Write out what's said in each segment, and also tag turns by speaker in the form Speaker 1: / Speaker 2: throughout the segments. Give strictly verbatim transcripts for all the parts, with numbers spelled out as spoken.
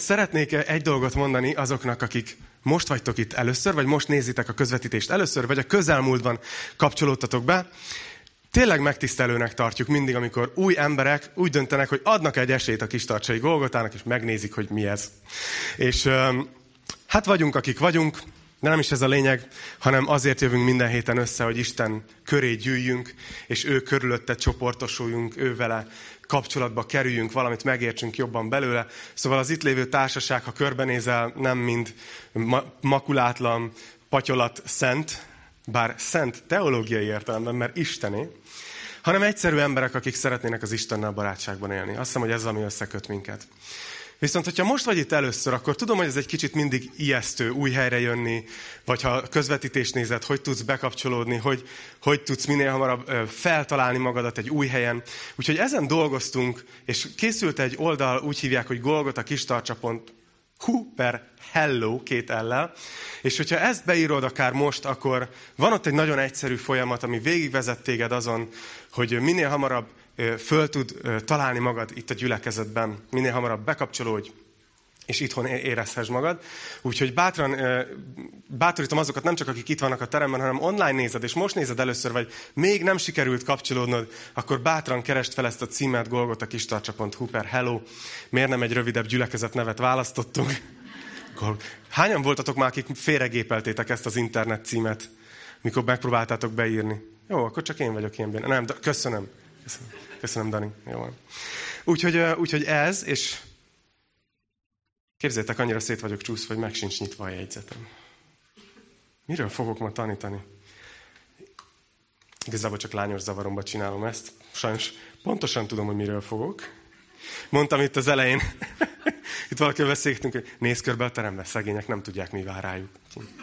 Speaker 1: Szeretnék egy dolgot mondani azoknak, akik most vagytok itt először, vagy most nézitek a közvetítést először, vagy a közelmúltban kapcsolódtatok be. Tényleg megtisztelőnek tartjuk mindig, amikor új emberek úgy döntenek, hogy adnak egy esélyt a Kistarcsai Golgotának, és megnézik, hogy mi ez. És hát vagyunk, akik vagyunk, de nem is ez a lényeg, hanem azért jövünk minden héten össze, hogy Isten köré gyűjjünk, és ő körülötte csoportosuljunk, ő vele kapcsolatba kerüljünk, valamit megértsünk jobban belőle. Szóval az itt lévő társaság, ha körbenézel, nem mind ma- makulátlan, patyolat szent, bár szent teológiai értelemben, mert Istené, hanem egyszerű emberek, akik szeretnének az Istennel barátságban élni. Azt hiszem, hogy ez, ami összeköt minket. Viszont, hogyha most vagy itt először, akkor tudom, hogy ez egy kicsit mindig ijesztő, új helyre jönni, vagy ha közvetítést nézed, hogy tudsz bekapcsolódni, hogy, hogy tudsz minél hamarabb feltalálni magadat egy új helyen. Úgyhogy ezen dolgoztunk, és készült egy oldal, úgy hívják, hogy golgota kistarcsa pont hu per hello, két ellel. És hogyha ezt beírod akár most, akkor van ott egy nagyon egyszerű folyamat, ami végigvezet téged azon, hogy minél hamarabb föl tud találni magad itt a gyülekezetben, minél hamarabb bekapcsolódj, és itthon érezhess magad. Úgyhogy bátran bátorítom azokat, nem csak akik itt vannak a teremben, hanem online nézed, és most nézed először, vagy még nem sikerült kapcsolódnod, akkor bátran keresd fel ezt a címet, golgota kistarcsa pont hu per hello. Miért nem egy rövidebb gyülekezet nevet választottunk? Hányan voltatok már, akik félregépeltétek ezt az internet címet, mikor megpróbáltátok beírni? Jó, akkor csak én vagyok ilyen. Nem, köszönöm. Köszönöm, Köszönöm Dani. Jó van. Úgyhogy, úgyhogy ez, és képzeljétek, annyira szét vagyok csúszva, hogy meg sincs nyitva a jegyzetem. Miről fogok ma tanítani? Igazából csak lányos zavaromba csinálom ezt. Sajnos pontosan tudom, hogy miről fogok. Mondtam itt az elején, itt valakivel beszélgetünk, hogy nézz körbe a terembe, szegények nem tudják, mi vár rájuk.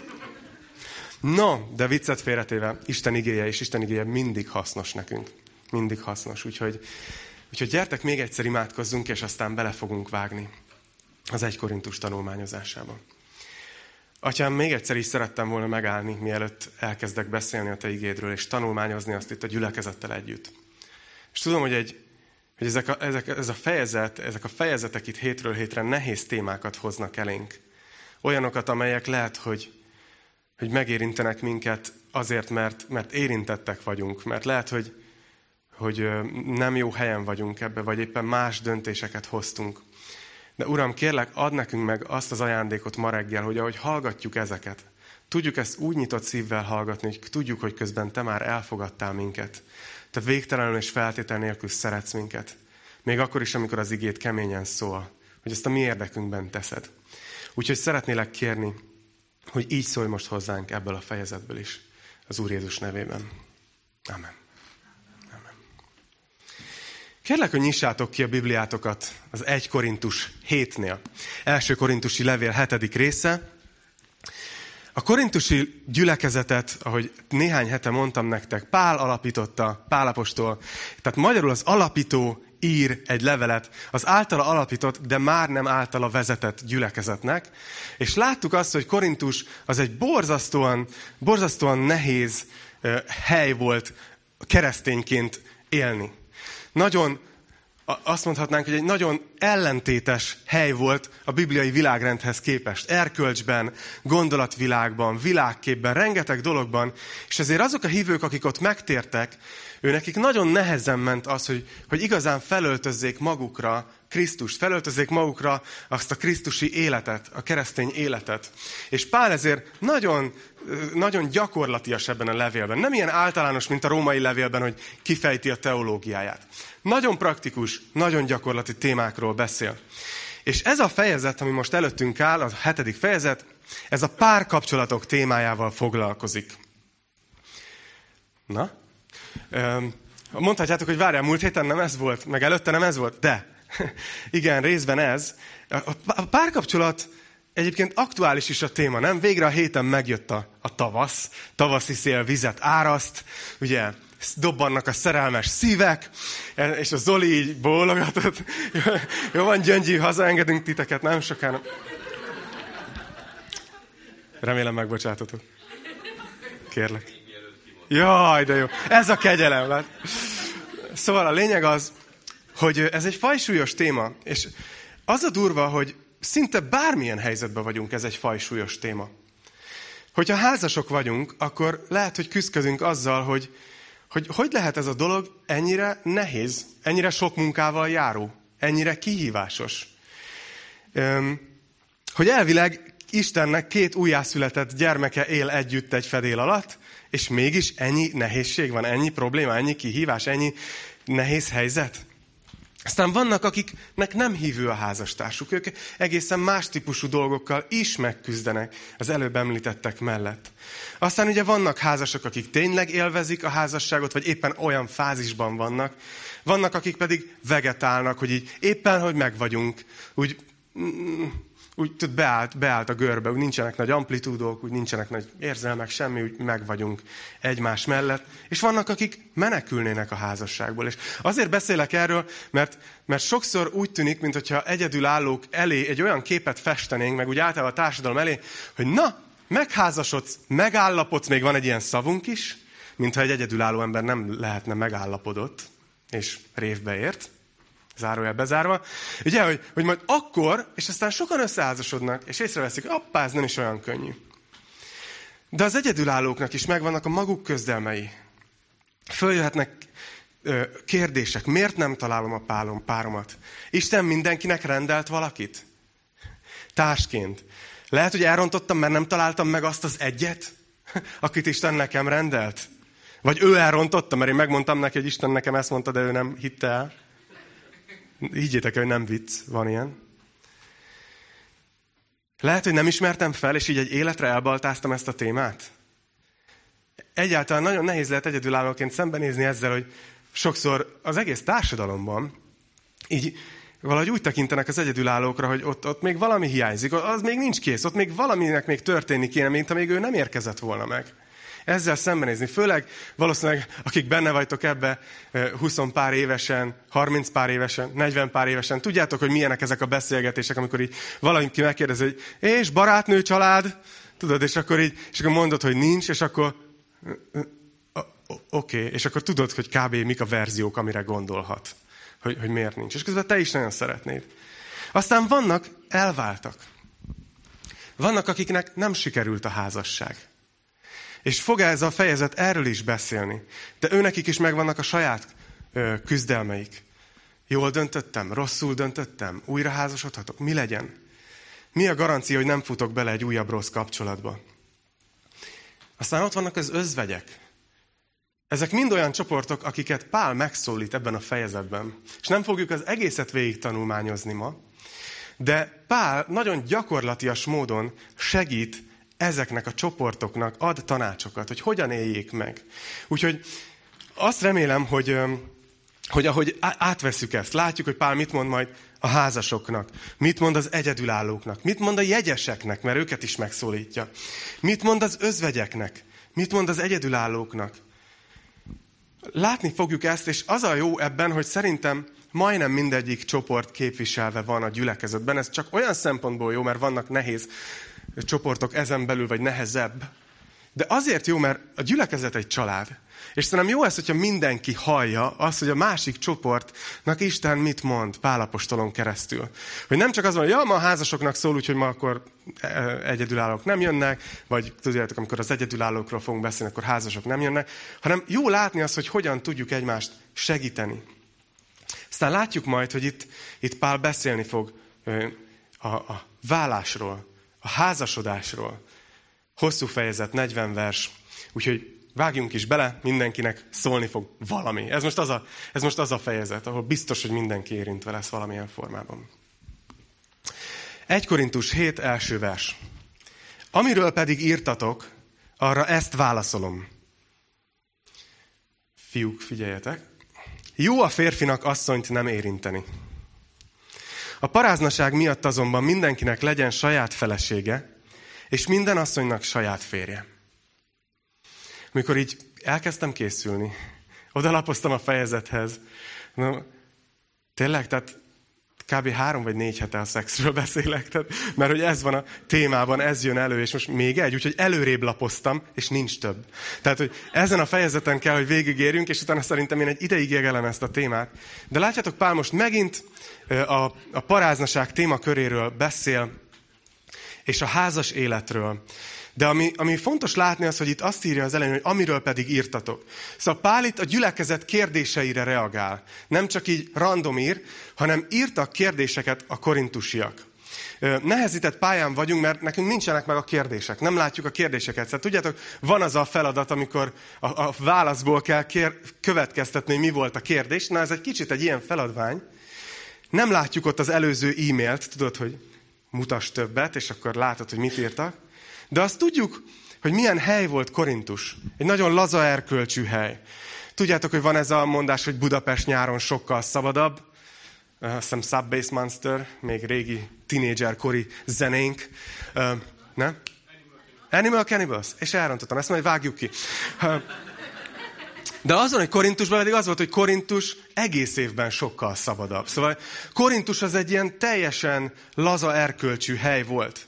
Speaker 1: No, de viccet félretéve, Isten igéje és Isten igéje mindig hasznos nekünk. Mindig hasznos. Úgyhogy, úgyhogy gyertek, még egyszer imádkozzunk, és aztán bele fogunk vágni az egy Korintus tanulmányozásába. Atyám, még egyszer is szerettem volna megállni, mielőtt elkezdek beszélni a te igédről, és tanulmányozni azt itt a gyülekezettel együtt. És tudom, hogy, egy, hogy ezek a, ezek, ez a fejezet, ezek a fejezetek itt hétről hétre nehéz témákat hoznak elénk. Olyanokat, amelyek lehet, hogy, hogy megérintenek minket azért, mert, mert érintettek vagyunk, mert lehet, hogy hogy nem jó helyen vagyunk ebbe, vagy éppen más döntéseket hoztunk. De Uram, kérlek, add nekünk meg azt az ajándékot ma reggel, hogy ahogy hallgatjuk ezeket, tudjuk ezt úgy nyitott szívvel hallgatni, hogy tudjuk, hogy közben te már elfogadtál minket. Te végtelenül és feltétel nélkül szeretsz minket. Még akkor is, amikor az igét keményen szól, hogy ezt a mi érdekünkben teszed. Úgyhogy szeretnélek kérni, hogy így szólj most hozzánk ebből a fejezetből is, az Úr Jézus nevében. Amen. Kérlek, hogy nyissátok ki a Bibliátokat az egy Korintus hétnél. Első korintusi levél hetedik része. A korintusi gyülekezetet, ahogy néhány hete mondtam nektek, Pál alapította, Pál apostol. Tehát magyarul az alapító ír egy levelet az általa alapított, de már nem általa vezetett gyülekezetnek. És láttuk azt, hogy Korintus az egy borzasztóan, borzasztóan nehéz uh, hely volt keresztényként élni. Nagyon, azt mondhatnánk, hogy egy nagyon ellentétes hely volt a bibliai világrendhez képest. Erkölcsben, gondolatvilágban, világképben, rengeteg dologban. És ezért azok a hívők, akik ott megtértek, őnekik nagyon nehezen ment az, hogy, hogy igazán felöltözzék magukra Krisztust, felöltözzék magukra azt a krisztusi életet, a keresztény életet. És Pál ezért nagyon, nagyon gyakorlatias ebben a levélben. Nem ilyen általános, mint a római levélben, hogy kifejti a teológiáját. Nagyon praktikus, nagyon gyakorlati témákról beszél. És ez a fejezet, ami most előttünk áll, a hetedik fejezet, ez a párkapcsolatok témájával foglalkozik. Na? Mondhatjátok, hogy várjál, múlt héten nem ez volt, meg előtte nem ez volt, de igen, részben ez. A párkapcsolat egyébként aktuális is a téma, nem? Végre a héten megjött a, a tavasz, tavaszi szél vizet áraszt, ugye dobbannak a szerelmes szívek, és a Zoli így bólogatott. Jó van, Gyöngyi, hazaengedünk titeket, nem sokára. Remélem megbocsátotok. Kérlek. Jaj, de jó. Ez a kegyelem. Lát. Szóval a lényeg az, hogy ez egy fajsúlyos téma, és az a durva, hogy szinte bármilyen helyzetben vagyunk, ez egy fajsúlyos téma. Hogyha házasok vagyunk, akkor lehet, hogy küzdködünk azzal, hogy, hogy hogy lehet ez a dolog ennyire nehéz, ennyire sok munkával járó, ennyire kihívásos. Öm, hogy elvileg Istennek két újjászületett gyermeke él együtt egy fedél alatt, és mégis ennyi nehézség van, ennyi probléma, ennyi kihívás, ennyi nehéz helyzet. Aztán vannak, akiknek nem hívő a házastársuk. Ők egészen más típusú dolgokkal is megküzdenek az előbb említettek mellett. Aztán ugye vannak házasok, akik tényleg élvezik a házasságot, vagy éppen olyan fázisban vannak. Vannak, akik pedig vegetálnak, hogy így éppen, hogy megvagyunk, úgy, úgy tud, beállt, beállt a görbe, úgy nincsenek nagy amplitúdók, úgy nincsenek nagy érzelmek, semmi, úgy megvagyunk egymás mellett. És vannak, akik menekülnének a házasságból. És azért beszélek erről, mert, mert sokszor úgy tűnik, mintha egyedülállók elé egy olyan képet festenénk, meg úgy általában a társadalom elé, hogy na, megházasodsz, megállapodsz, még van egy ilyen szavunk is, mintha egy egyedülálló ember nem lehetne megállapodott, és révbe ért. Zárójel bezárva. Ugye, hogy, hogy majd akkor, és aztán sokan összeházasodnak, és észreveszik, hogy appá, ez nem is olyan könnyű. De az egyedülállóknak is megvannak a maguk közdelmei. Följöhetnek ö, kérdések. Miért nem találom a pálom, páromat? Isten mindenkinek rendelt valakit? Társként. Lehet, hogy elrontottam, mert nem találtam meg azt az egyet, akit Isten nekem rendelt? Vagy ő elrontotta, mert én megmondtam neki, hogy Isten nekem ezt mondta, de ő nem hitte el. Higgyétek el, hogy nem vicc, van ilyen. Lehet, hogy nem ismertem fel, és így egy életre elbaltáztam ezt a témát. Egyáltalán nagyon nehéz lehet egyedülállóként szembenézni ezzel, hogy sokszor az egész társadalomban így valahogy úgy tekintenek az egyedülállókra, hogy ott, ott még valami hiányzik, az még nincs kész, ott még valaminek még történni kéne, mint amíg ő nem érkezett volna meg. Ezzel szembenézni. Főleg valószínűleg, akik benne vagytok ebbe húsz pár évesen, harminc pár évesen, negyven pár évesen, tudjátok, hogy milyenek ezek a beszélgetések, amikor így valaki megkérdezi, hogy és barátnő, család, tudod, és akkor így, és akkor mondod, hogy nincs, és akkor oké, okay, és akkor tudod, hogy kb. Mik a verziók, amire gondolhat, hogy, hogy miért nincs. És közben te is nagyon szeretnéd. Aztán vannak, elváltak. Vannak, akiknek nem sikerült a házasság. És fog ez a fejezet erről is beszélni. De őnekik is megvannak a saját ö, küzdelmeik. Jól döntöttem? Rosszul döntöttem? Újra házasodhatok? Mi legyen? Mi a garancia, hogy nem futok bele egy újabb rossz kapcsolatba? Aztán ott vannak az özvegyek. Ezek mind olyan csoportok, akiket Pál megszólít ebben a fejezetben. És nem fogjuk az egészet végig tanulmányozni ma, de Pál nagyon gyakorlatias módon segít ezeknek a csoportoknak, ad tanácsokat, hogy hogyan éljék meg. Úgyhogy azt remélem, hogy, hogy ahogy átveszük ezt, látjuk, hogy Pál mit mond majd a házasoknak, mit mond az egyedülállóknak, mit mond a jegyeseknek, mert őket is megszólítja, mit mond az özvegyeknek, mit mond az egyedülállóknak. Látni fogjuk ezt, és az a jó ebben, hogy szerintem majdnem mindegyik csoport képviselve van a gyülekezetben. Ez csak olyan szempontból jó, mert vannak nehéz csoportok ezen belül, vagy nehezebb. De azért jó, mert a gyülekezet egy család. És szerintem jó ez, hogyha mindenki hallja azt, hogy a másik csoportnak Isten mit mond Pál apostolon keresztül. Hogy nem csak az van, hogy ja, ma a házasoknak szól, úgyhogy ma akkor egyedülállók nem jönnek, vagy tudjátok, amikor az egyedülállókról fogunk beszélni, akkor házasok nem jönnek, hanem jó látni azt, hogy hogyan tudjuk egymást segíteni. Aztán látjuk majd, hogy itt, itt Pál beszélni fog a, a vállásról, a házasodásról. Hosszú fejezet, negyven vers. Úgyhogy vágjunk is bele, mindenkinek szólni fog valami. Ez most az a, ez most az a fejezet, ahol biztos, hogy mindenki érintve lesz valamilyen formában. egy Korintus hét első vers. Amiről pedig írtatok, arra ezt válaszolom. Fiúk, figyeljetek. Jó a férfinak asszonyt nem érinteni. A paráznaság miatt azonban mindenkinek legyen saját felesége, és minden asszonynak saját férje. Amikor így elkezdtem készülni, odalapoztam a fejezethez, no, tényleg, tehát kb. három vagy négy hete a szexről beszélek, tehát, mert hogy ez van a témában, ez jön elő, és most még egy, úgyhogy előrébb lapoztam, és nincs több. Tehát, hogy ezen a fejezeten kell, hogy végigérjünk, és utána szerintem én egy ideig égelem ezt a témát. De látjátok, Pál most megint a, a paráznaság témaköréről beszél, és a házas életről. De ami, ami fontos látni az, hogy itt azt írja az elején, hogy amiről pedig írtatok. Szóval Pál itt a gyülekezet kérdéseire reagál. Nem csak így random ír, hanem írtak kérdéseket a korintusiak. Nehezített pályán vagyunk, mert nekünk nincsenek meg a kérdések. Nem látjuk a kérdéseket. Szóval tudjátok, van az a feladat, amikor a, a válaszból kell kér, következtetni, hogy mi volt a kérdés. Na, ez egy kicsit egy ilyen feladvány. Nem látjuk ott az előző e-mailt, tudod, hogy mutass többet, és akkor látod, hogy mit írtak. De azt tudjuk, hogy milyen hely volt Korintus. Egy nagyon laza erkölcsű hely. Tudjátok, hogy van ez a mondás, hogy Budapest nyáron sokkal szabadabb. Azt hiszem Sub-Bass Monster, még régi tínédzser-kori zenénk. Uh, ne? Animal Cannibals. És elrontottam, ezt majd vágjuk ki. Uh, de azon, hogy Korintusban pedig az volt, hogy Korintus egész évben sokkal szabadabb. Szóval Korintus az egy ilyen teljesen laza erkölcsű hely volt.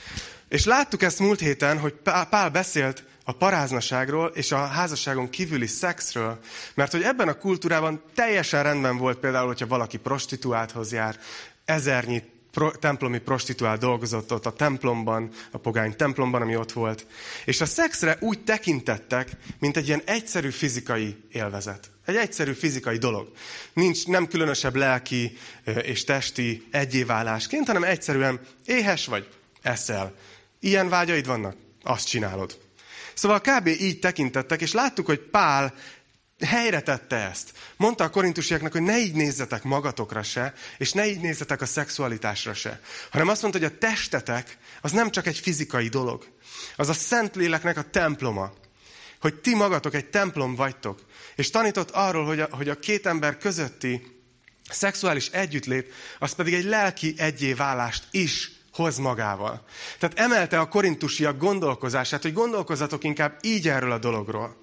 Speaker 1: És láttuk ezt múlt héten, hogy Pál beszélt a paráznaságról és a házasságon kívüli szexről, mert hogy ebben a kultúrában teljesen rendben volt például, hogyha valaki prostituálthoz jár, ezernyi pro, templomi prostituál dolgozott ott a templomban, a pogány templomban, ami ott volt. És a szexre úgy tekintettek, mint egy ilyen egyszerű fizikai élvezet. Egy egyszerű fizikai dolog. Nincs nem különösebb lelki és testi egyéválásként, hanem egyszerűen éhes vagy, eszel. Ilyen vágyaid vannak? Azt csinálod. Szóval kb. Így tekintettek, és láttuk, hogy Pál helyre tette ezt. Mondta a korintusiaknak, hogy ne így nézzetek magatokra se, és ne így nézzetek a szexualitásra se. Hanem azt mondta, hogy a testetek az nem csak egy fizikai dolog. Az a Szentléleknek a temploma. Hogy ti magatok egy templom vagytok. És tanított arról, hogy a, hogy a két ember közötti szexuális együttlét, az pedig egy lelki egyéválást is hoz magával. Tehát emelte a korintusiak gondolkozását, hogy gondolkozzatok inkább így erről a dologról.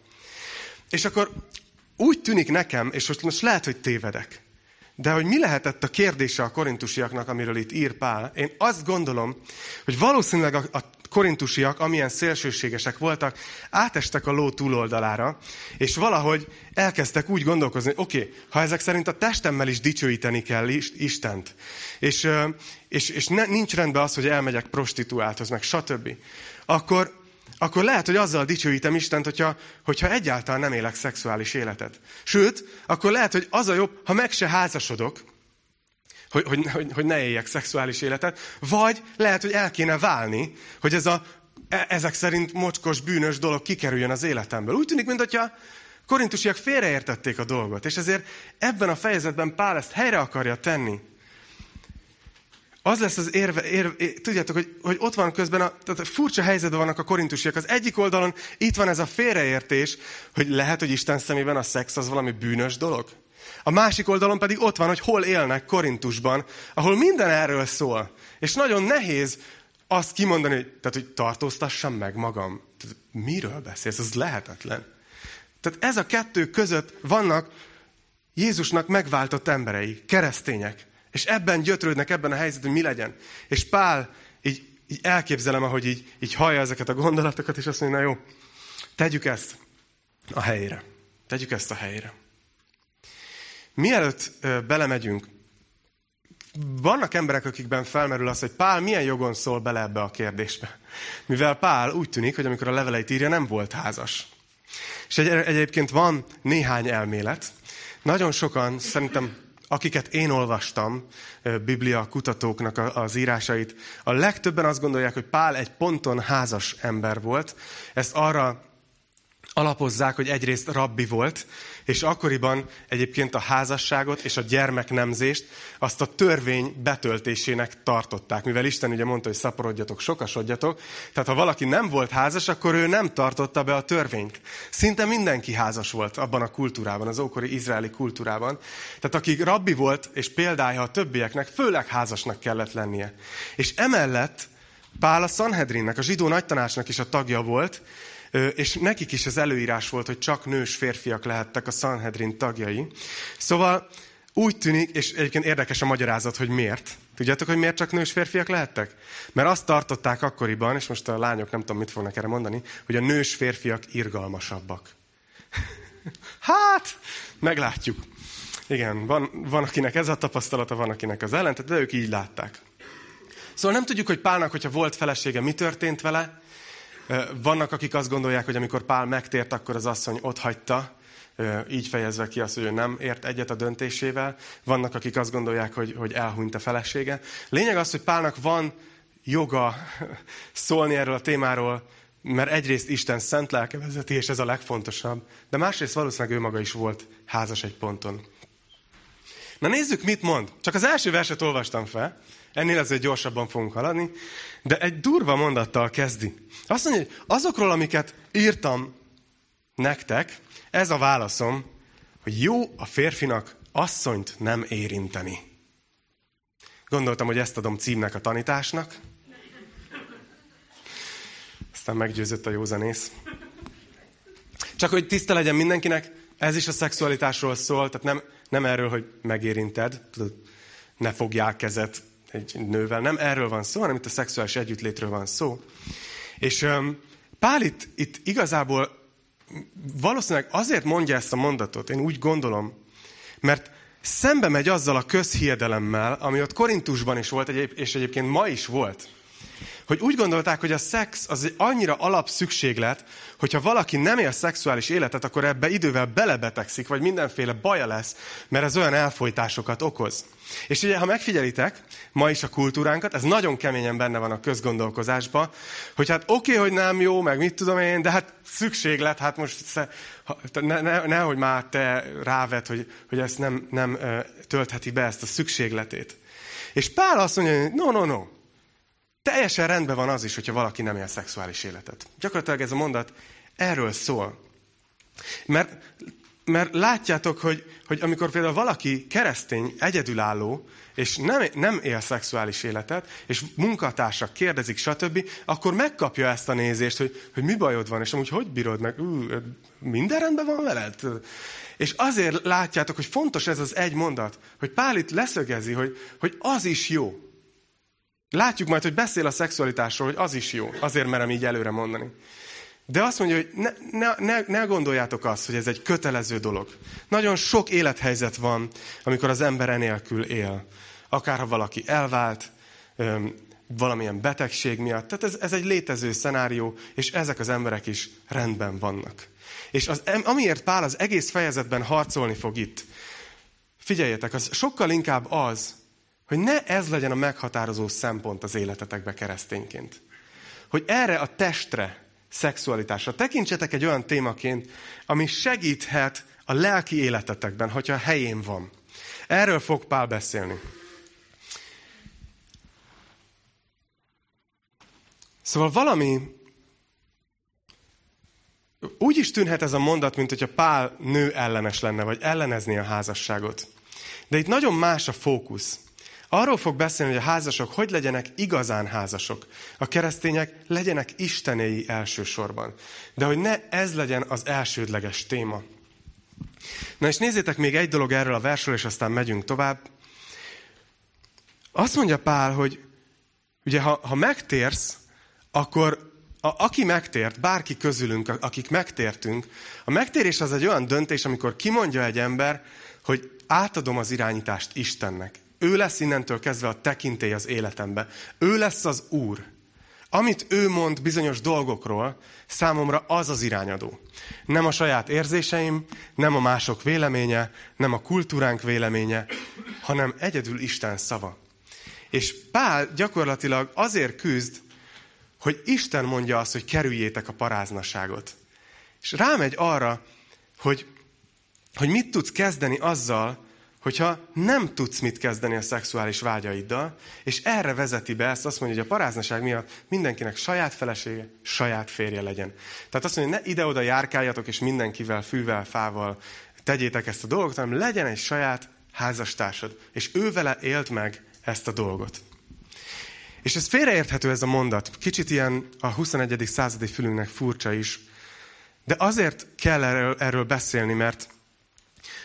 Speaker 1: És akkor úgy tűnik nekem, és most, most lehet, hogy tévedek, de hogy mi lehetett a kérdése a korintusiaknak, amiről itt ír Pál, én azt gondolom, hogy valószínűleg a, a korintusiak, amilyen szélsőségesek voltak, átestek a ló túloldalára, és valahogy elkezdtek úgy gondolkozni, hogy oké, okay, ha ezek szerint a testemmel is dicsőíteni kell Istent, és, és, és ne, nincs rendben az, hogy elmegyek prostituálthoz, meg stb., akkor, akkor lehet, hogy azzal dicsőítem Istent, hogyha, hogyha egyáltalán nem élek szexuális életet. Sőt, akkor lehet, hogy az a jobb, ha meg se házasodok, Hogy, hogy, hogy, hogy ne éljek szexuális életet, vagy lehet, hogy el kéne válni, hogy ez a, ezek szerint mocskos, bűnös dolog kikerüljön az életemből. Úgy tűnik, mintha korintusiak félreértették a dolgot, és ezért ebben a fejezetben Pál ezt helyre akarja tenni. Az lesz az érve, érve tudjátok, hogy, hogy ott van közben, a, tehát furcsa helyzetben vannak a korintusiak. Az egyik oldalon itt van ez a félreértés, hogy lehet, hogy Isten szemében a szex az valami bűnös dolog. A másik oldalon pedig ott van, hogy hol élnek Korintusban, ahol minden erről szól. És nagyon nehéz azt kimondani, hogy, tehát, hogy tartóztassam meg magam. Tehát, miről beszélsz? Ez lehetetlen. Tehát ez a kettő között vannak Jézusnak megváltott emberei, keresztények. És ebben gyötrődnek, ebben a helyzetben, hogy mi legyen. És Pál így, így elképzelem, ahogy így, így hallja ezeket a gondolatokat, és azt mondja, na jó, tegyük ezt a helyére. Tegyük ezt a helyére. Mielőtt ö, belemegyünk, vannak emberek, akikben felmerül az, hogy Pál milyen jogon szól bele ebbe a kérdésbe. Mivel Pál úgy tűnik, hogy amikor a leveleit írja, nem volt házas. És egy, egyébként van néhány elmélet. Nagyon sokan, szerintem, akiket én olvastam, biblia kutatóknak az írásait, a legtöbben azt gondolják, hogy Pál egy ponton házas ember volt. Ezt arra alapozzák, hogy egyrészt rabbi volt, és akkoriban egyébként a házasságot és a gyermeknemzést azt a törvény betöltésének tartották. Mivel Isten ugye mondta, hogy szaporodjatok, sokasodjatok, tehát ha valaki nem volt házas, akkor ő nem tartotta be a törvényt. Szinte mindenki házas volt abban a kultúrában, az ókori izraeli kultúrában. Tehát aki rabbi volt, és példája a többieknek, főleg házasnak kellett lennie. És emellett Pál a Sanhedrinnek, a zsidó nagytanácsnak is a tagja volt, és nekik is az előírás volt, hogy csak nős férfiak lehettek a Sanhedrin tagjai. Szóval Úgy tűnik, és egyébként érdekes a magyarázat, hogy miért. Tudjátok, hogy miért csak nős férfiak lehettek? Mert azt tartották akkoriban, és most a lányok nem tudom, mit fognak erre mondani, hogy a nős férfiak irgalmasabbak. Hát, meglátjuk. Igen, van, van akinek ez a tapasztalata, van akinek az ellentét, de ők így látták. Szóval nem tudjuk, hogy Pálnak, hogyha volt felesége, mi történt vele. Vannak, akik azt gondolják, hogy amikor Pál megtért, akkor az asszony otthagyta, így fejezve ki azt, hogy ő nem ért egyet a döntésével. Vannak, akik azt gondolják, hogy, hogy elhunyt a felesége. Lényeg az, hogy Pálnak van joga szólni erről a témáról, mert egyrészt Isten szent lelke vezeti, és ez a legfontosabb, de másrészt valószínűleg ő maga is volt házas egy ponton. Na nézzük, mit mond. Csak az első verset olvastam fel, ennél azért gyorsabban fogunk haladni, de egy durva mondattal kezdi. Azt mondja, hogy azokról, amiket írtam nektek, ez a válaszom, hogy jó a férfinak asszonyt nem érinteni. Gondoltam, hogy ezt adom címnek a tanításnak. Aztán meggyőzött a józanész. Csak hogy tiszta legyen mindenkinek, ez is a szexualitásról szól, tehát nem, nem erről, hogy megérinted, tudod, ne fogjál kezet egy nővel, nem erről van szó, hanem itt a szexuális együttlétről van szó. És um, Pál itt, itt igazából valószínűleg azért mondja ezt a mondatot, én úgy gondolom, mert szembe megy azzal a közhiedelemmel, ami ott Korintusban is volt, és egyébként ma is volt, hogy úgy gondolták, hogy a szex az egy annyira alapszükséglet, hogyha valaki nem él szexuális életet, akkor ebbe idővel belebetegszik, vagy mindenféle baja lesz, mert ez olyan elfojtásokat okoz. És ugye, ha megfigyelitek, ma is a kultúránkat, ez nagyon keményen benne van a közgondolkozásban, hogy hát oké, okay, hogy nem jó, meg mit tudom én, de hát szükséglet, hát most ne, ne, nehogy már te rávet, hogy, hogy ezt nem, nem töltheti be, ezt a szükségletét. És Pál azt mondja, hogy no, no, no. Teljesen rendben van az is, hogyha valaki nem él szexuális életet. Gyakorlatilag ez a mondat erről szól. Mert, mert látjátok, hogy, hogy amikor például valaki keresztény, egyedülálló, és nem, nem él szexuális életet, és munkatársak kérdezik, stb., akkor megkapja ezt a nézést, hogy, hogy mi bajod van, és amúgy hogy bírod meg? Ú, minden rendben van veled? És azért látjátok, hogy fontos ez az egy mondat, hogy Pál itt leszögezi, hogy, hogy az is jó. Látjuk majd, hogy beszél a szexualitásról, hogy az is jó. Azért merem így előre mondani. De azt mondja, hogy ne, ne, ne, ne gondoljátok azt, hogy ez egy kötelező dolog. Nagyon sok élethelyzet van, amikor az ember enélkül él. Akár ha valaki elvált, öm, valamilyen betegség miatt. Tehát ez, ez egy létező szenárió, és ezek az emberek is rendben vannak. És az, amiért Pál az egész fejezetben harcolni fog itt, figyeljetek, az sokkal inkább az, hogy ne ez legyen a meghatározó szempont az életetekbe keresztényként. Hogy erre a testre, szexualitásra tekintsetek egy olyan témaként, ami segíthet a lelki életetekben, hogyha a helyén van. Erről fog Pál beszélni. Szóval valami, úgy is tűnhet ez a mondat, mint hogyha Pál nő ellenes lenne, vagy ellenezné a házasságot. De itt nagyon más a fókusz. Arról fog beszélni, hogy a házasok hogy legyenek igazán házasok. A keresztények legyenek istenéi elsősorban. De hogy ne ez legyen az elsődleges téma. Na és nézzétek még egy dolog erről a versről, és aztán megyünk tovább. Azt mondja Pál, hogy ugye ha, ha megtérsz, akkor a, aki megtért, bárki közülünk, akik megtértünk, a megtérés az egy olyan döntés, amikor kimondja egy ember, hogy átadom az irányítást Istennek. Ő lesz innentől kezdve a tekintély az életembe. Ő lesz az Úr. Amit ő mond bizonyos dolgokról, számomra az az irányadó. Nem a saját érzéseim, nem a mások véleménye, nem a kultúránk véleménye, hanem egyedül Isten szava. És Pál gyakorlatilag azért küzd, hogy Isten mondja azt, hogy kerüljétek a paráznaságot. És rámegy arra, hogy, hogy mit tudsz kezdeni azzal, hogyha nem tudsz mit kezdeni a szexuális vágyaiddal, és erre vezeti be ezt, azt mondja, hogy a paráznaság miatt mindenkinek saját felesége, saját férje legyen. Tehát azt mondja, ne ide-oda járkáljatok, és mindenkivel, fűvel, fával tegyétek ezt a dolgot, hanem legyen egy saját házastársad, és ő vele élt meg ezt a dolgot. És ez félreérthető ez a mondat, kicsit ilyen a huszonegyedik századi fülünknek furcsa is, de azért kell erről, erről beszélni, mert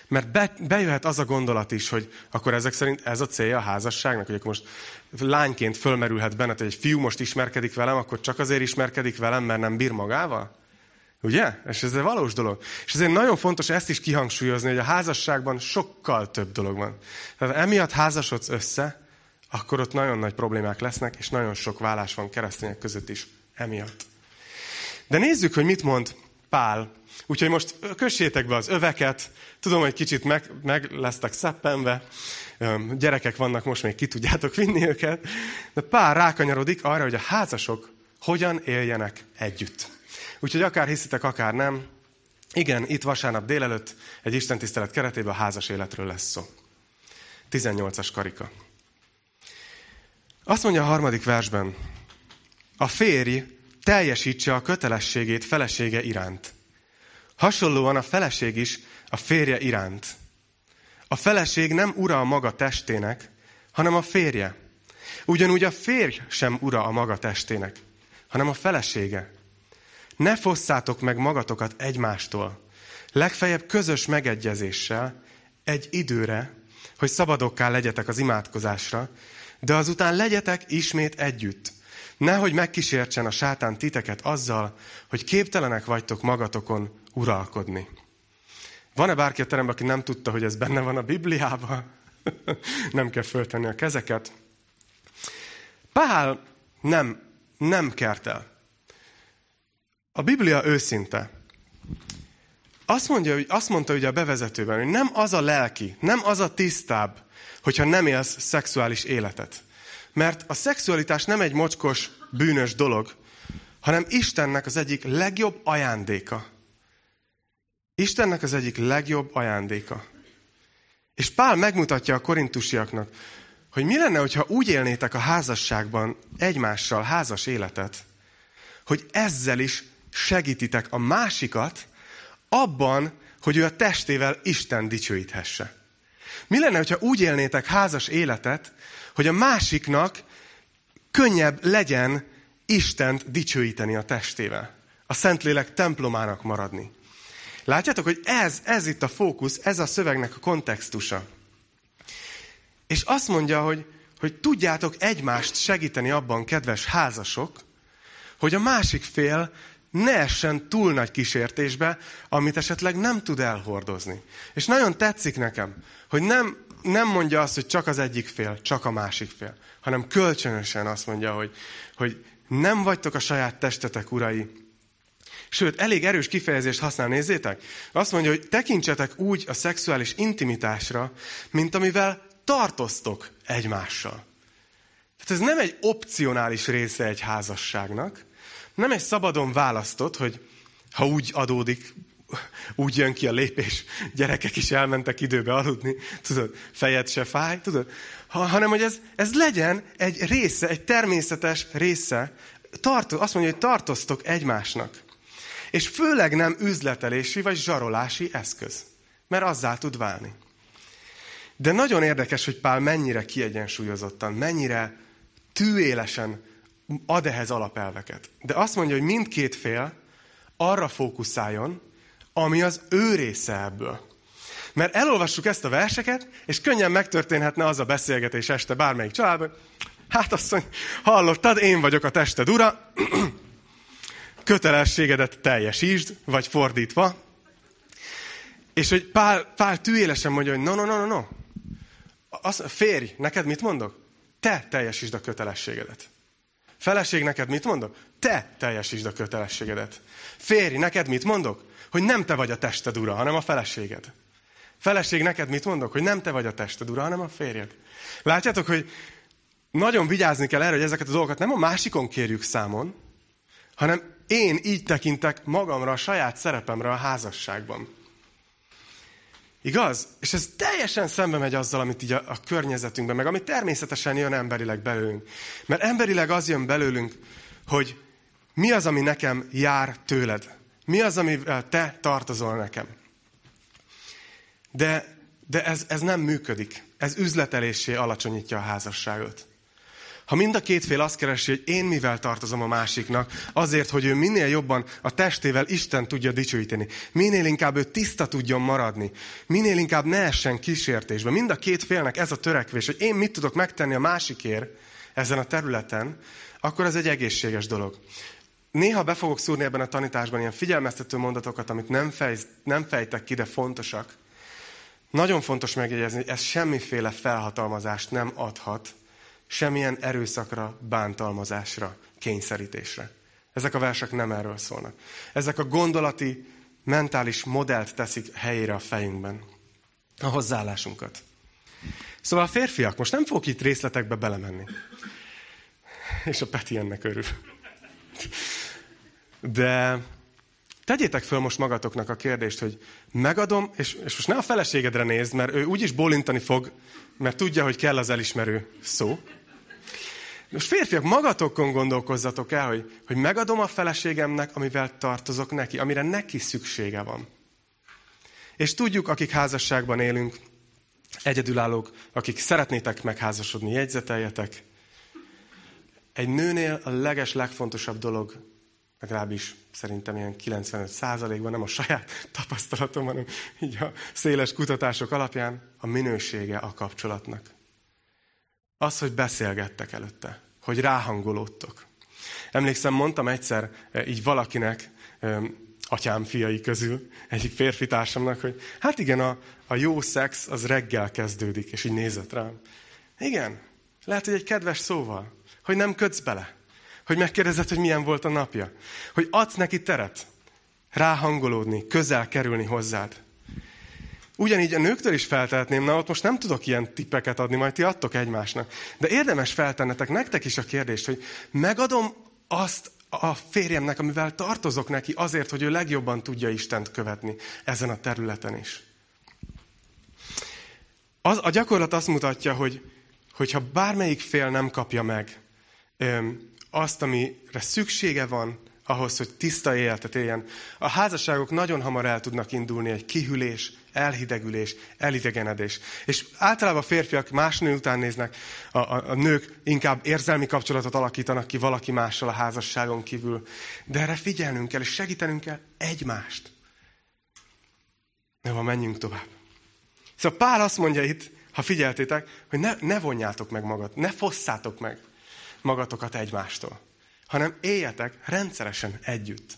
Speaker 1: Mert be, bejöhet az a gondolat is, hogy akkor ezek szerint ez a célja a házasságnak, hogy akkor most lányként fölmerülhet benned, hogy egy fiú most ismerkedik velem, akkor csak azért ismerkedik velem, mert nem bír magával? Ugye? És ez egy valós dolog. És ezért nagyon fontos ezt is kihangsúlyozni, hogy a házasságban sokkal több dolog van. Tehát emiatt házasodsz össze, akkor ott nagyon nagy problémák lesznek, és nagyon sok válás van keresztények között is emiatt. De nézzük, hogy mit mond Pál. Úgyhogy most kössétek be az öveket, tudom, hogy kicsit meg, meg lesztek szeppenve, gyerekek vannak, most még ki tudjátok vinni őket, de Pál rákanyarodik arra, hogy a házasok hogyan éljenek együtt. Úgyhogy akár hiszitek, akár nem, igen, itt vasárnap délelőtt egy istentisztelet keretében a házas életről lesz szó. tizennyolcas karika. Azt mondja a harmadik versben, a férj teljesítse a kötelességét felesége iránt. Hasonlóan a feleség is a férje iránt. A feleség nem ura a maga testének, hanem a férje. Ugyanúgy a férj sem ura a maga testének, hanem a felesége. Ne fosszátok meg magatokat egymástól, legfeljebb közös megegyezéssel, egy időre, hogy szabadokká legyetek az imádkozásra, de azután legyetek ismét együtt. Nehogy megkísértsen a sátán titeket azzal, hogy képtelenek vagytok magatokon uralkodni. Van-e bárki a teremben, aki nem tudta, hogy ez benne van a Bibliában? Nem kell föltenni a kezeket. Pál nem, nem kertel. A Biblia őszinte. Azt mondja, hogy, azt mondta ugye a bevezetőben, hogy nem az a lelki, nem az a tisztább, hogyha nem élsz szexuális életet. Mert a szexualitás nem egy mocskos, bűnös dolog, hanem Istennek az egyik legjobb ajándéka. Istennek az egyik legjobb ajándéka. És Pál megmutatja a korintusiaknak, hogy mi lenne, hogyha úgy élnétek a házasságban egymással házas életet, hogy ezzel is segítitek a másikat abban, hogy ő a testével Isten dicsőíthesse. Mi lenne, hogyha úgy élnétek házas életet, hogy a másiknak könnyebb legyen Istent dicsőíteni a testével. A Szentlélek templomának maradni. Látjátok, hogy ez, ez itt a fókusz, ez a szövegnek a kontextusa. És azt mondja, hogy, hogy tudjátok egymást segíteni abban, kedves házasok, hogy a másik fél ne essen túl nagy kísértésbe, amit esetleg nem tud elhordozni. És nagyon tetszik nekem, hogy nem, nem mondja azt, hogy csak az egyik fél, csak a másik fél, hanem kölcsönösen azt mondja, hogy, hogy nem vagytok a saját testetek urai. Sőt, elég erős kifejezést használ, nézzétek. Azt mondja, hogy tekintsetek úgy a szexuális intimitásra, mint amivel tartoztok egymással. Tehát ez nem egy opcionális része egy házasságnak, nem egy szabadon választott, hogy ha úgy adódik, úgy jön ki a lépés, gyerekek is elmentek időbe aludni, tudod, fejed se fáj, tudod, ha, hanem hogy ez, ez legyen egy része, egy természetes része, tartoz, azt mondja, hogy tartoztok egymásnak. És főleg nem üzletelési vagy zsarolási eszköz, mert azzá tud válni. De nagyon érdekes, hogy Pál mennyire kiegyensúlyozottan, mennyire tűélesen ad ehhez alapelveket. De azt mondja, hogy mindkét fél arra fókuszáljon, ami az ő része ebből. Mert elolvassuk ezt a verseket, és könnyen megtörténhetne az a beszélgetés este bármelyik családban. Hát azt mondja, hallottad, én vagyok a tested ura, kötelességedet teljesítsd, vagy fordítva. És hogy Pál, Pál tűélesen mondja, hogy no, no, no, no, no. Az, férj, neked mit mondok? Te teljesítsd a kötelességedet. Feleség, neked mit mondok? Te teljesítsd a kötelességedet. Férj, neked mit mondok? Hogy nem te vagy a tested ura, hanem a feleséged. Feleség, neked mit mondok? Hogy nem te vagy a tested ura, hanem a férjed. Látjátok, hogy nagyon vigyázni kell erre, hogy ezeket a dolgokat nem a másikon kérjük számon, hanem én így tekintek magamra, a saját szerepemre a házasságban. Igaz? És ez teljesen szembe megy azzal, amit így a, a környezetünkben, meg ami természetesen jön emberileg belőlünk. Mert emberileg az jön belőlünk, hogy mi az, ami nekem jár tőled. Mi az, amivel te tartozol nekem. De, de ez, ez nem működik. Ez üzleteléssé alacsonyítja a házasságot. Ha mind a két fél azt keresi, hogy én mivel tartozom a másiknak, azért, hogy ő minél jobban a testével Isten tudja dicsőíteni, minél inkább ő tiszta tudjon maradni, minél inkább ne essen kísértésbe. Mind a két félnek ez a törekvés, hogy én mit tudok megtenni a másikért ezen a területen, akkor ez egy egészséges dolog. Néha be fogok szúrni ebben a tanításban ilyen figyelmeztető mondatokat, amit nem, fej, nem fejtek ki, de fontosak. Nagyon fontos megjegyezni, hogy ez semmiféle felhatalmazást nem adhat, semmilyen erőszakra, bántalmazásra, kényszerítésre. Ezek a versek nem erről szólnak. Ezek a gondolati, mentális modellt teszik helyére a fejünkben. A hozzáállásunkat. Szóval a férfiak, most nem fogok itt részletekbe belemenni. És a Peti ennek örül. De tegyétek föl most magatoknak a kérdést, hogy megadom, és, és most ne a feleségedre nézd, mert ő úgyis bólintani fog, mert tudja, hogy kell az elismerő szó. Most férfiak, magatokon gondolkozzatok el, hogy, hogy megadom a feleségemnek, amivel tartozok neki, amire neki szüksége van. És tudjuk, akik házasságban élünk, egyedülállók, akik szeretnétek megházasodni, jegyzeteljetek. Egy nőnél a leges, legfontosabb dolog, legalábbis szerintem ilyen kilencvenöt százalékban, nem a saját tapasztalatom, hanem így a széles kutatások alapján, a minősége a kapcsolatnak. Az, hogy beszélgettek előtte, hogy ráhangolódtok. Emlékszem, mondtam egyszer így valakinek, atyám fiai közül, egyik férfi társamnak, hogy hát igen, a, a jó szex az reggel kezdődik, és így nézett rám. Igen, lehet, hogy egy kedves szóval, hogy nem kötsz bele, hogy megkérdezed, hogy milyen volt a napja, hogy adsz neki teret, ráhangolódni, közel kerülni hozzád. Ugyanígy a nőktől is feltehetném, na ott most nem tudok ilyen tippeket adni, majd ti adtok egymásnak. De érdemes feltennetek nektek is a kérdést, hogy megadom azt a férjemnek, amivel tartozok neki azért, hogy ő legjobban tudja Istent követni ezen a területen is. Az, a gyakorlat azt mutatja, hogy hogyha bármelyik fél nem kapja meg öm, azt, amire szüksége van ahhoz, hogy tiszta életet éljen, a házasságok nagyon hamar el tudnak indulni egy kihűlés, elhidegülés, elidegenedés. És általában a férfiak más nő után néznek, a, a, a nők inkább érzelmi kapcsolatot alakítanak ki valaki mással a házasságon kívül. De erre figyelnünk kell, és segítenünk kell egymást. Jó, menjünk tovább. Szóval Pál azt mondja itt, ha figyeltétek, hogy ne, ne vonjátok meg magat, ne fosszátok meg magatokat egymástól, hanem éljetek rendszeresen együtt.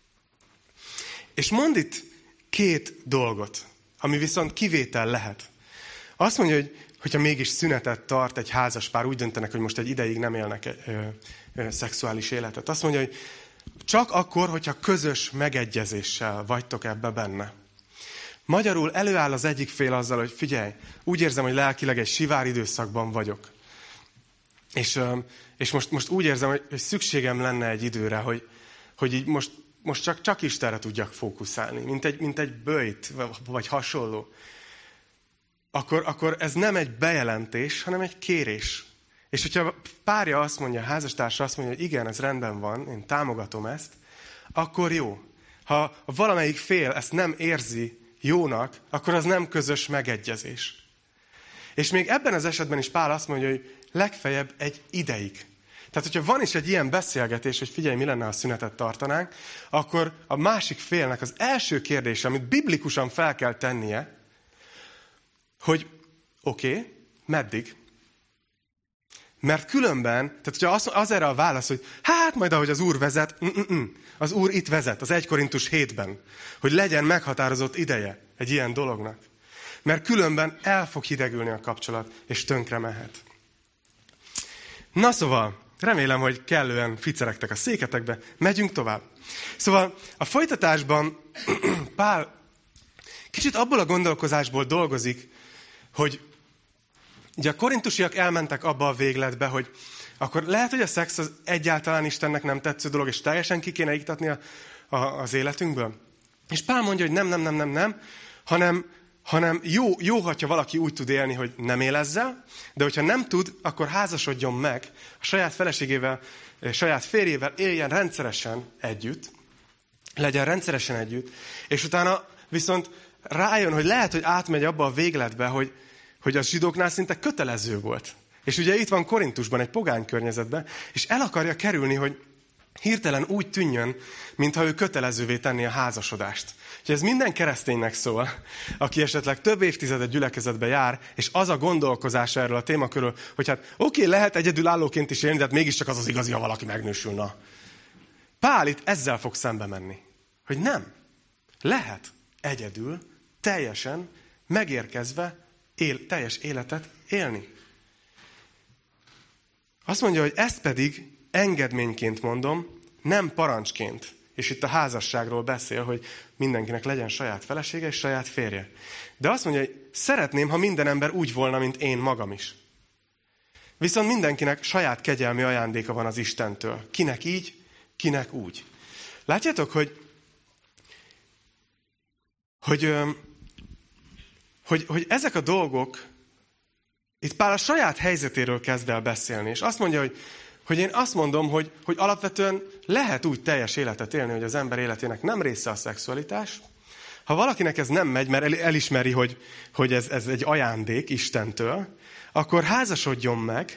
Speaker 1: És mond itt két dolgot, ami viszont kivétel lehet. Azt mondja, hogy hogyha mégis szünetet tart egy házaspár, úgy döntenek, hogy most egy ideig nem élnek ö, ö, szexuális életet. Azt mondja, hogy csak akkor, hogyha közös megegyezéssel vagytok ebbe benne. Magyarul előáll az egyik fél azzal, hogy figyelj, úgy érzem, hogy lelkileg egy sivár időszakban vagyok. És, és most, most úgy érzem, hogy szükségem lenne egy időre, hogy, hogy így most, most csak, csak Istenre tudjak fókuszálni, mint egy, mint egy böjt, vagy hasonló. Akkor, akkor ez nem egy bejelentés, hanem egy kérés. És hogyha párja azt mondja, a házastársa azt mondja, hogy igen, ez rendben van, én támogatom ezt, akkor jó. Ha valamelyik fél ezt nem érzi jónak, akkor az nem közös megegyezés. És még ebben az esetben is Pál azt mondja, hogy legfeljebb egy ideig. Tehát, hogyha van is egy ilyen beszélgetés, hogy figyelj, mi lenne, ha szünetet tartanánk, akkor a másik félnek az első kérdése, amit biblikusan fel kell tennie, hogy oké, okay, meddig? Mert különben, tehát hogyha az, az erre a válasz, hogy hát majd ahogy az Úr vezet, mm-mm, az Úr itt vezet, az egy Korintus hétben, hogy legyen meghatározott ideje egy ilyen dolognak. Mert különben el fog hidegülni a kapcsolat, és tönkre mehet. Na szóval, remélem, hogy kellően ficeregtek a széketekbe, megyünk tovább. Szóval a folytatásban Pál kicsit abból a gondolkozásból dolgozik, hogy ugye a korintusiak elmentek abba a végletbe, hogy akkor lehet, hogy a szex az egyáltalán Istennek nem tetsző dolog, és teljesen ki kéne iktatni a, a, az életünkből. És Pál mondja, hogy nem, nem, nem, nem, nem, hanem, hanem jó, jó, hogyha valaki úgy tud élni, hogy nem él ezzel, de hogyha nem tud, akkor házasodjon meg, a saját feleségével, a saját férjével éljen rendszeresen együtt, legyen rendszeresen együtt, és utána viszont rájön, hogy lehet, hogy átmegy abba a végletbe, hogy hogy a zsidóknál szinte kötelező volt És ugye itt van Korintusban, egy pogány környezetben, és el akarja kerülni, hogy hirtelen úgy tűnjön, mintha ő kötelezővé tenné a házasodást. Úgyhogy ez minden kereszténynek szól, aki esetleg több évtizedet gyülekezetbe jár, és az a gondolkozása erről a témakörről, hogy hát oké, lehet egyedülállóként is élni, de hát mégiscsak az az igazi, ha valaki megnősül. Na. Pál itt ezzel fog szembe menni. Hogy nem. Lehet egyedül, teljesen, megérkezve él, teljes életet élni. Azt mondja, hogy ezt pedig engedményként mondom, nem parancsként. És itt a házasságról beszél, hogy mindenkinek legyen saját felesége és saját férje. De azt mondja, hogy szeretném, ha minden ember úgy volna, mint én magam is. Viszont mindenkinek saját kegyelmi ajándéka van az Istentől. Kinek így, kinek úgy. Látjátok, hogy, hogy, hogy, hogy ezek a dolgok, itt Pál a saját helyzetéről kezd el beszélni, és azt mondja, hogy Hogy én azt mondom, hogy, hogy alapvetően lehet úgy teljes életet élni, hogy az ember életének nem része a szexualitás. Ha valakinek ez nem megy, mert elismeri, hogy, hogy ez, ez egy ajándék Istentől, akkor házasodjon meg,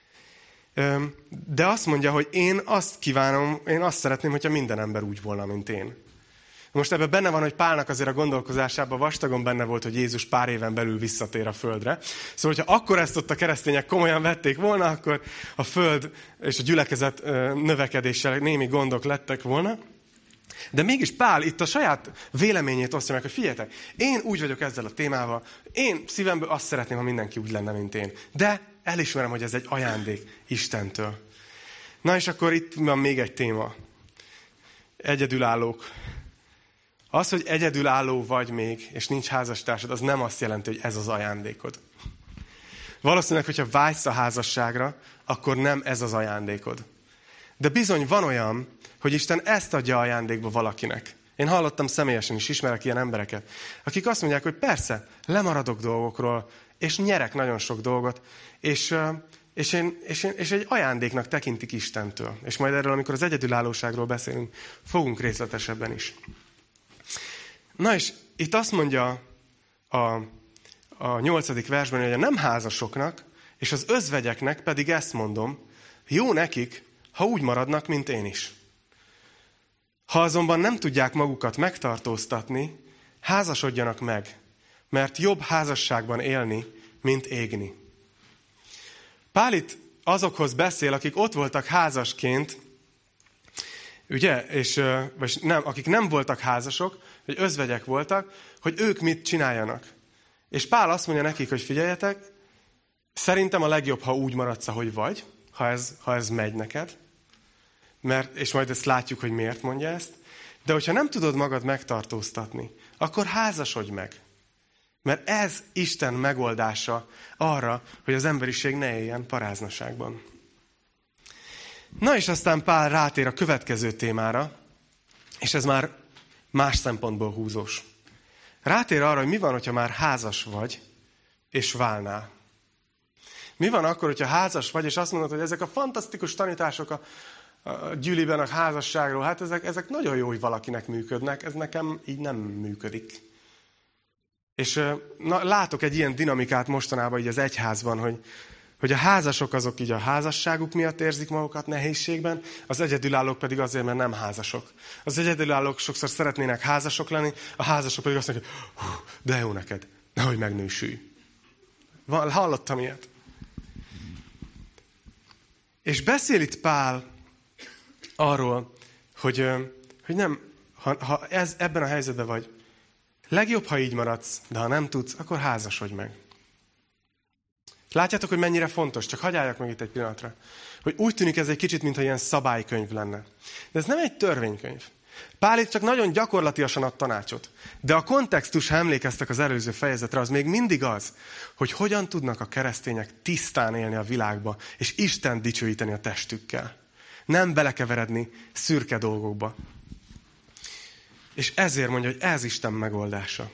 Speaker 1: de azt mondja, hogy én azt kívánom, én azt szeretném, hogyha minden ember úgy volna, mint én. Most ebben benne van, hogy Pálnak azért a gondolkozásában vastagon benne volt, hogy Jézus pár éven belül visszatér a földre. Szóval, hogyha akkor ezt ott a keresztények komolyan vették volna, akkor a föld és a gyülekezet növekedéssel némi gondok lettek volna. De mégis Pál itt a saját véleményét osztja meg, hogy figyeljetek, én úgy vagyok ezzel a témával, én szívemből azt szeretném, ha mindenki úgy lenne, mint én. De elismerem, hogy ez egy ajándék Istentől. Na és akkor itt van még egy téma. Egyedülállók. Az, hogy egyedülálló vagy még, és nincs házastársad, az nem azt jelenti, hogy ez az ajándékod. Valószínűleg, hogyha vágysz a házasságra, akkor nem ez az ajándékod. De bizony van olyan, hogy Isten ezt adja ajándékba valakinek. Én hallottam személyesen is, ismerek ilyen embereket, akik azt mondják, hogy persze, lemaradok dolgokról, és nyerek nagyon sok dolgot, és, és, én, és, én, és egy ajándéknak tekintik Istentől. És majd erről, amikor az egyedülállóságról beszélünk, fogunk részletesebben is. Na és itt azt mondja a, a nyolcadik versben, hogy a nem házasoknak és az özvegyeknek pedig ezt mondom, jó nekik, ha úgy maradnak, mint én is. Ha azonban nem tudják magukat megtartóztatni, házasodjanak meg, mert jobb házasságban élni, mint égni. Pál itt azokhoz beszél, akik ott voltak házasként, ugye, és vagy nem, akik nem voltak házasok, hogy özvegyek voltak, hogy ők mit csináljanak. És Pál azt mondja nekik, hogy figyeljetek, szerintem a legjobb, ha úgy maradsz, ahogy vagy, ha ez, ha ez megy neked, mert, és majd ezt látjuk, hogy miért mondja ezt, de hogyha nem tudod magad megtartóztatni, akkor házasodj meg. Mert ez Isten megoldása arra, hogy az emberiség ne éljen paráznaságban. Na és aztán Pál rátér a következő témára, és ez már más szempontból húzós. Rátér arra, hogy mi van, hogyha már házas vagy, és válnál. Mi van akkor, hogyha házas vagy, és azt mondod, hogy ezek a fantasztikus tanítások a, a gyűliben a házasságról, hát ezek, ezek nagyon jó, hogy valakinek működnek, ez nekem így nem működik. És na, látok egy ilyen dinamikát mostanában így az egyházban, hogy, hogy a házasok azok így a házasságuk miatt érzik magukat nehézségben, az egyedülállók pedig azért, mert nem házasok. Az egyedülállók sokszor szeretnének házasok lenni, a házasok pedig azt mondják, hogy de jó neked, nehogy megnősülj. Hallottam ilyet. És beszél itt Pál arról, hogy, hogy nem, ha, ha ez, ebben a helyzetben vagy, legjobb, ha így maradsz, de ha nem tudsz, akkor házasodj meg. Látjátok, hogy mennyire fontos? Csak hagyjáljak meg itt egy pillanatra. Hogy úgy tűnik ez egy kicsit, mintha ilyen szabálykönyv lenne. De ez nem egy törvénykönyv. Pál itt csak nagyon gyakorlatiasan ad tanácsot. De a kontextus, ha emlékeztek az előző fejezetre, az még mindig az, hogy hogyan tudnak a keresztények tisztán élni a világba, és Istent dicsőíteni a testükkel. Nem belekeveredni szürke dolgokba. És ezért mondja, hogy ez Isten megoldása.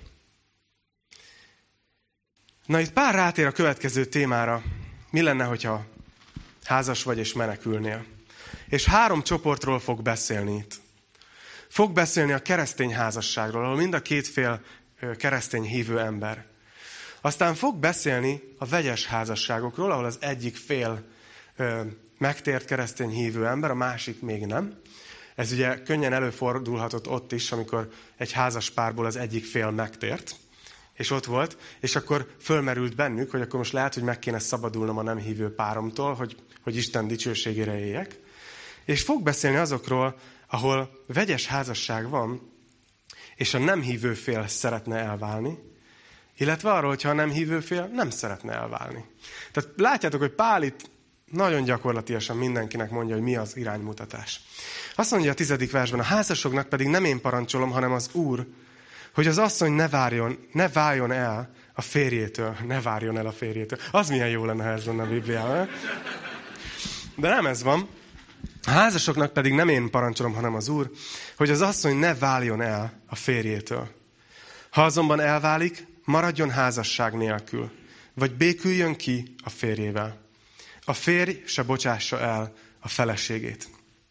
Speaker 1: Na itt Pál rátér a következő témára. Mi lenne, hogyha házas vagy és menekülnél? És három csoportról fog beszélni itt. Fog beszélni a keresztény házasságról, ahol mind a két fél keresztény hívő ember. Aztán fog beszélni a vegyes házasságokról, ahol az egyik fél ö, megtért keresztény hívő ember, a másik még nem. Ez ugye könnyen előfordulhatott ott is, amikor egy házas párból az egyik fél megtért, és ott volt, és akkor fölmerült bennük, hogy akkor most lehet, hogy meg kéne szabadulnom a nem hívő páromtól, hogy, hogy Isten dicsőségére éljek. És fog beszélni azokról, ahol vegyes házasság van, és a nem hívő fél szeretne elválni, illetve arról, hogyha a nem hívő fél nem szeretne elválni. Tehát látjátok, hogy Pál itt nagyon gyakorlatilag mindenkinek mondja, hogy mi az iránymutatás. Azt mondja a tizedik versben, a házasoknak pedig nem én parancsolom, hanem az Úr, hogy az asszony ne várjon, ne váljon el a férjétől. Ne várjon el a férjétől. Az milyen jó lenne, ha ez lenne a Bibliában. De nem ez van. A házasoknak pedig nem én parancsolom, hanem az Úr, hogy az asszony ne váljon el a férjétől. Ha azonban elválik, maradjon házasság nélkül, vagy béküljön ki a férjével. A férj se bocsássa el a feleségét.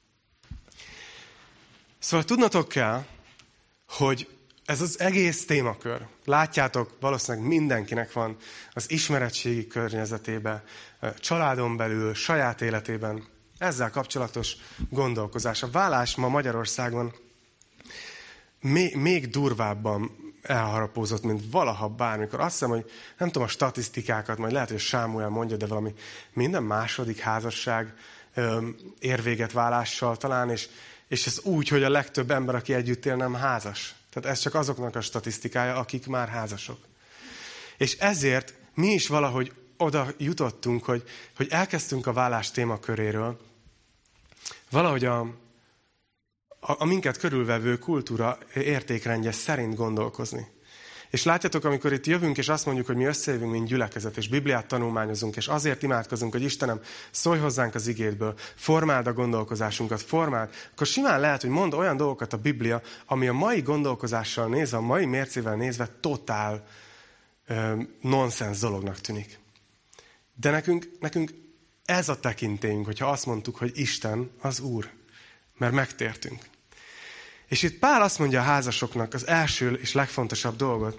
Speaker 1: Szóval tudnotok kell, hogy ez az egész témakör, látjátok, valószínűleg mindenkinek van az ismeretségi környezetében, családon belül, saját életében ezzel kapcsolatos gondolkozás. A vállás ma Magyarországon még, még durvábban elharapózott, mint valaha bármikor. Azt hiszem, hogy nem tudom a statisztikákat, majd lehet, hogy Sámuel mondja, de valami minden második házasság öm, ér véget vállással talán, és, és ez úgy, hogy a legtöbb ember, aki együtt él, nem házas. Tehát ez csak azoknak a statisztikája, akik már házasok. És ezért mi is valahogy oda jutottunk, hogy, hogy elkezdtünk a vállás témaköréről valahogy a, a, a minket körülvevő kultúra értékrendje szerint gondolkozni. És látjátok, amikor itt jövünk, és azt mondjuk, hogy mi összejövünk, mint gyülekezet, és Bibliát tanulmányozunk, és azért imádkozunk, hogy Istenem, szólj hozzánk az igédből, formáld a gondolkozásunkat, formáld, akkor simán lehet, hogy mond olyan dolgokat a Biblia, ami a mai gondolkozással nézve, a mai mércével nézve totál ö, nonsens dolognak tűnik. De nekünk, nekünk ez a tekintélyünk, hogyha azt mondtuk, hogy Isten az Úr, mert megtértünk. És itt Pál azt mondja a házasoknak az első és legfontosabb dolgot,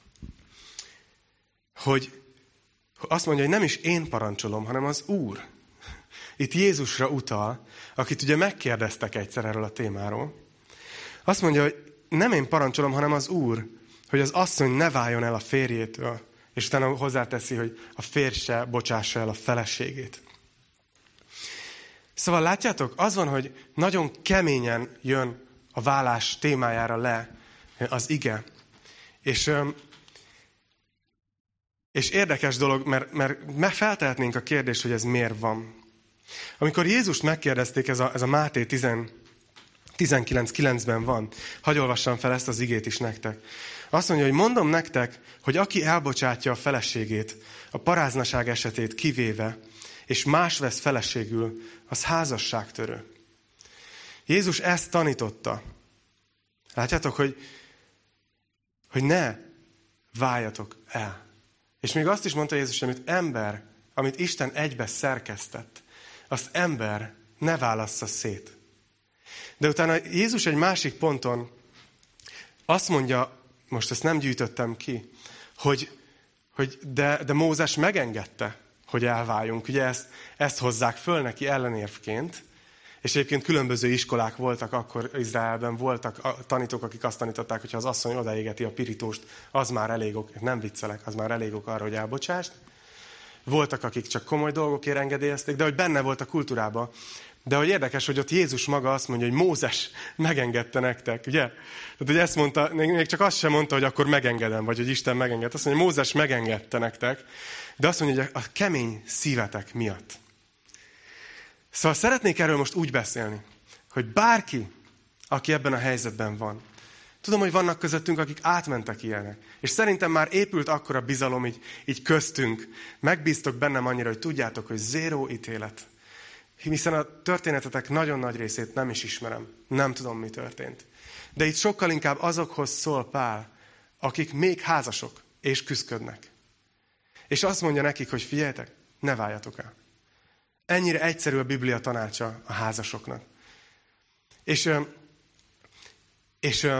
Speaker 1: hogy azt mondja, hogy nem is én parancsolom, hanem az Úr. Itt Jézusra utal, akit ugye megkérdeztek egyszer erről a témáról. Azt mondja, hogy nem én parancsolom, hanem az Úr, hogy az asszony ne váljon el a férjétől, és utána hozzáteszi, hogy a férj se bocsássa el a feleségét. Szóval látjátok, az van, hogy nagyon keményen jön a vállás témájára le az ige. És, és érdekes dolog, mert, mert feltehetnénk a kérdést, hogy ez miért van. Amikor Jézust megkérdezték, ez a, ez a Máté tizenkilenc kilencben van, hadd olvassam fel ezt az igét is nektek. Azt mondja, hogy mondom nektek, hogy aki elbocsátja a feleségét, a paráznaság esetét kivéve, és más vesz feleségül, az házasságtörő. Jézus ezt tanította. Látjátok, hogy, hogy ne váljatok el. És még azt is mondta Jézus, amit ember, amit Isten egybe szerkesztett, azt ember ne válassza szét. De utána Jézus egy másik ponton azt mondja, most ezt nem gyűjtöttem ki, hogy, hogy de, de Mózes megengedte, hogy elváljunk. Ugye ezt, ezt hozzák föl neki ellenérvként, és egyébként különböző iskolák voltak akkor Izraelben, voltak tanítók, akik azt tanították, hogy ha az asszony odaégeti a pirítóst, az már elég ok, nem viccelek, az már elég ok arra, hogy elbocsást. Voltak, akik csak komoly dolgokért engedélyezték, de hogy benne volt a kultúrában. De hogy érdekes, hogy ott Jézus maga azt mondja, hogy Mózes megengedte nektek, ugye? Tehát, hogy ezt mondta, még csak azt sem mondta, hogy akkor megengedem, vagy hogy Isten megengedte. Azt mondja, hogy Mózes megengedte nektek, de azt mondja, hogy a kemény szívetek miatt. Szóval szeretnék erről most úgy beszélni, hogy bárki, aki ebben a helyzetben van, tudom, hogy vannak közöttünk, akik átmentek ilyenek, és szerintem már épült akkora bizalom így, így köztünk. Megbíztok bennem annyira, hogy tudjátok, hogy zéró ítélet. Hiszen a történetetek nagyon nagy részét nem is ismerem. Nem tudom, mi történt. De itt sokkal inkább azokhoz szól Pál, akik még házasok, és küszködnek. És azt mondja nekik, hogy figyeljetek, ne váljatok el. Ennyire egyszerű a Biblia tanácsa a házasoknak. És, és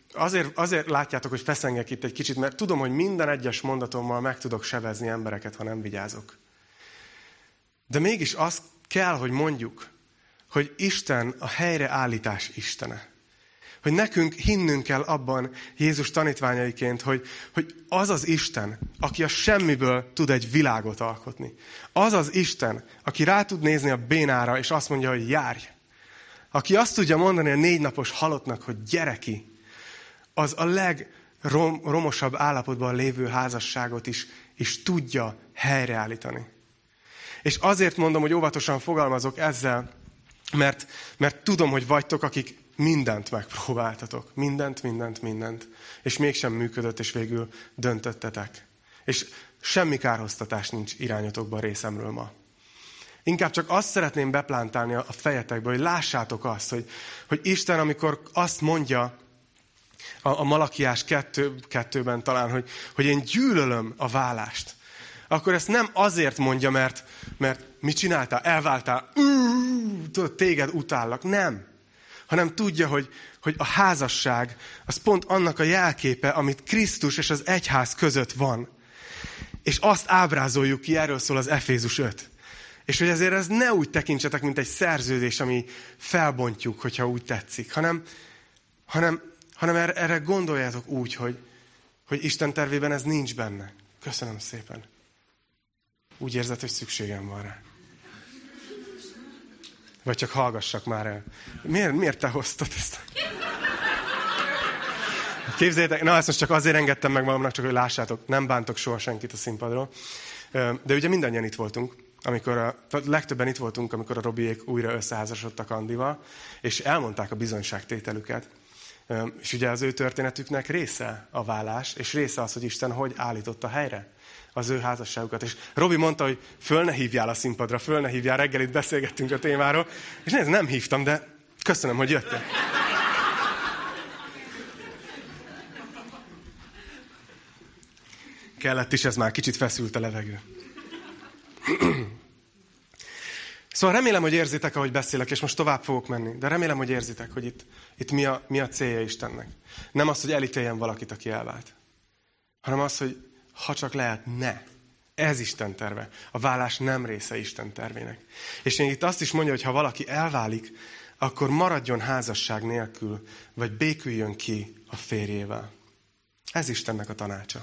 Speaker 1: azért, azért látjátok, hogy feszengek itt egy kicsit, mert tudom, hogy minden egyes mondatommal meg tudok sebezni embereket, ha nem vigyázok. De mégis azt kell, hogy mondjuk, hogy Isten a helyreállítás Istene. Hogy nekünk hinnünk kell abban Jézus tanítványaiként, hogy, hogy az az Isten, aki a semmiből tud egy világot alkotni. Az az Isten, aki rá tud nézni a bénára, és azt mondja, hogy járj. Aki azt tudja mondani a négy napos halottnak, hogy gyere ki, az a legromosabb állapotban lévő házasságot is, is tudja helyreállítani. És azért mondom, hogy óvatosan fogalmazok ezzel, mert, mert tudom, hogy vagytok, akik mindent megpróbáltatok. Mindent, mindent, mindent. És mégsem működött, és végül döntöttetek. És semmi kárhoztatás nincs irányotokban részemről ma. Inkább csak azt szeretném beplántálni a fejetekbe, hogy lássátok azt, hogy, hogy Isten, amikor azt mondja a, a Malakiás kettő, kettőben talán, hogy, hogy én gyűlölöm a válást, akkor ezt nem azért mondja, mert, mert mit csináltál? Elváltál? Tudod, téged utállak. Nem. Hanem tudja, hogy, hogy a házasság az pont annak a jelképe, amit Krisztus és az egyház között van. És azt ábrázoljuk ki, erről szól az Efézus öt. És hogy ezért ez ne úgy tekintsetek, mint egy szerződés, ami felbontjuk, hogyha úgy tetszik, hanem, hanem, hanem erre, erre gondoljátok úgy, hogy, hogy Isten tervében ez nincs benne. Köszönöm szépen. Úgy érzed, hogy szükségem van rá. Vagy csak hallgassak már el. Miért, miért te hoztad ezt? Képzeljétek, na ezt most csak azért engedtem meg magamnak, csak hogy lássátok, nem bántok soha senkit a színpadról. De ugye mindannyian itt voltunk, amikor a, legtöbben itt voltunk, amikor a Robiék újra összeházasodtak Andival, és elmondták a bizonyságtételüket. És ugye az ő történetüknek része a válás, és része az, hogy Isten hogy állította helyre az ő házasságukat. És Robi mondta, hogy föl ne hívjál a színpadra, föl ne hívjál, reggel itt beszélgettünk a témáról, és nézd, nem hívtam, de köszönöm, hogy jöttél. Kellett is, ez már kicsit feszült a levegő. Szóval remélem, hogy érzitek, ahogy beszélek, és most tovább fogok menni, de remélem, hogy érzitek, hogy itt, itt mi, a, mi a célja Istennek. Nem az, hogy elítéljen valakit, aki elvált, hanem az, hogy ha csak lehet, ne. Ez Isten terve. A válás nem része Isten tervének. És én itt azt is mondja, hogy ha valaki elválik, akkor maradjon házasság nélkül, vagy béküljön ki a férjével. Ez Istennek a tanácsa.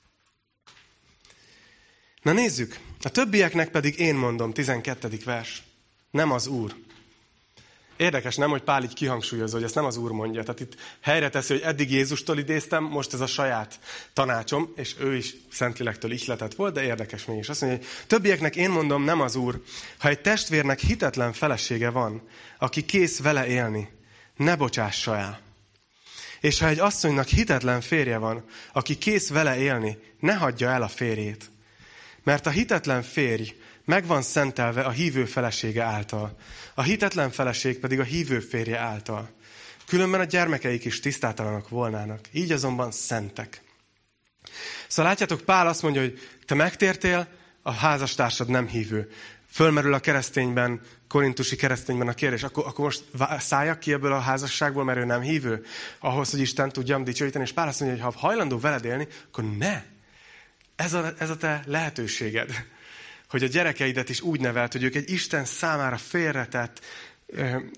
Speaker 1: Na nézzük, a többieknek pedig én mondom, tizenkettedik vers, nem az Úr. Érdekes, nem, hogy Pál így kihangsúlyozza, hogy ezt nem az Úr mondja. Tehát itt helyre teszi, hogy eddig Jézustól idéztem, most ez a saját tanácsom, és ő is Szentlélektől ihletett volt, de érdekes mégis. Azt mondja, hogy többieknek én mondom, nem az Úr. Ha egy testvérnek hitetlen felesége van, aki kész vele élni, ne bocsássa el. És ha egy asszonynak hitetlen férje van, aki kész vele élni, ne hagyja el a férjét. Mert a hitetlen férj meg van szentelve a hívő felesége által, a hitetlen feleség pedig a hívő férje által. Különben a gyermekeik is tisztátalanok volnának, így azonban szentek. Szóval látjátok, Pál azt mondja, hogy te megtértél, a házastársad nem hívő. Fölmerül a keresztényben, korintusi keresztényben a kérdés, akkor, akkor most szálljak ki ebből a házasságból, mert ő nem hívő, ahhoz, hogy Isten tudjam dicsőíteni. És Pál azt mondja, hogy ha hajlandó veled élni, akkor ne. Ez a, ez a te lehetőséged, hogy a gyerekeidet is úgy nevelt, hogy ők egy Isten számára félretett ö, ö,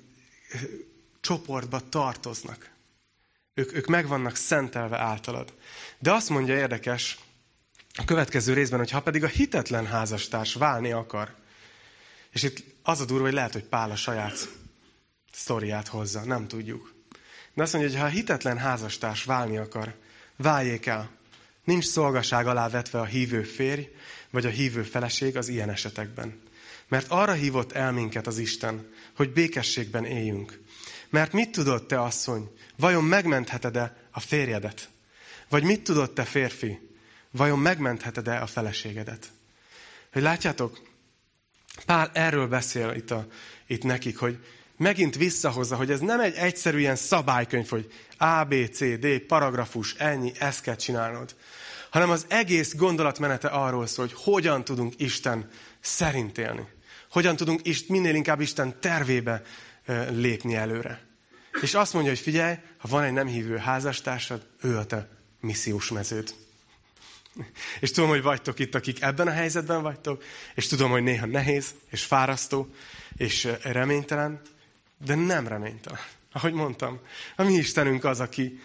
Speaker 1: csoportba tartoznak. Ők, ők meg vannak szentelve általad. De azt mondja érdekes a következő részben, hogy ha pedig a hitetlen házastárs válni akar, és itt az a durva, hogy lehet, hogy Pál a saját sztoriát hozza, nem tudjuk. De azt mondja, hogy ha a hitetlen házastárs válni akar, váljék el. Nincs szolgaság alá vetve a hívő férj, vagy a hívő feleség az ilyen esetekben. Mert arra hívott el minket az Isten, hogy békességben éljünk. Mert mit tudod te, asszony? Vajon megmentheted-e a férjedet? Vagy mit tudod te, férfi? Vajon megmentheted-e a feleségedet? Hogy látjátok, Pál erről beszél itt, a, itt nekik, hogy megint visszahozza, hogy ez nem egy egyszerű ilyen szabálykönyv, hogy A, B, C, D, paragrafus, ennyi, ezt kell csinálnod. Hanem az egész gondolatmenete arról szól, hogy hogyan tudunk Isten szerint élni. Hogyan tudunk minél inkább Isten tervébe lépni előre. És azt mondja, hogy figyelj, ha van egy nem hívő házastársad, ő a te missziós meződ. És tudom, hogy vagytok itt, akik ebben a helyzetben vagytok, és tudom, hogy néha nehéz, és fárasztó, és reménytelen, de nem reménytelen. Ahogy mondtam, a mi Istenünk az, aki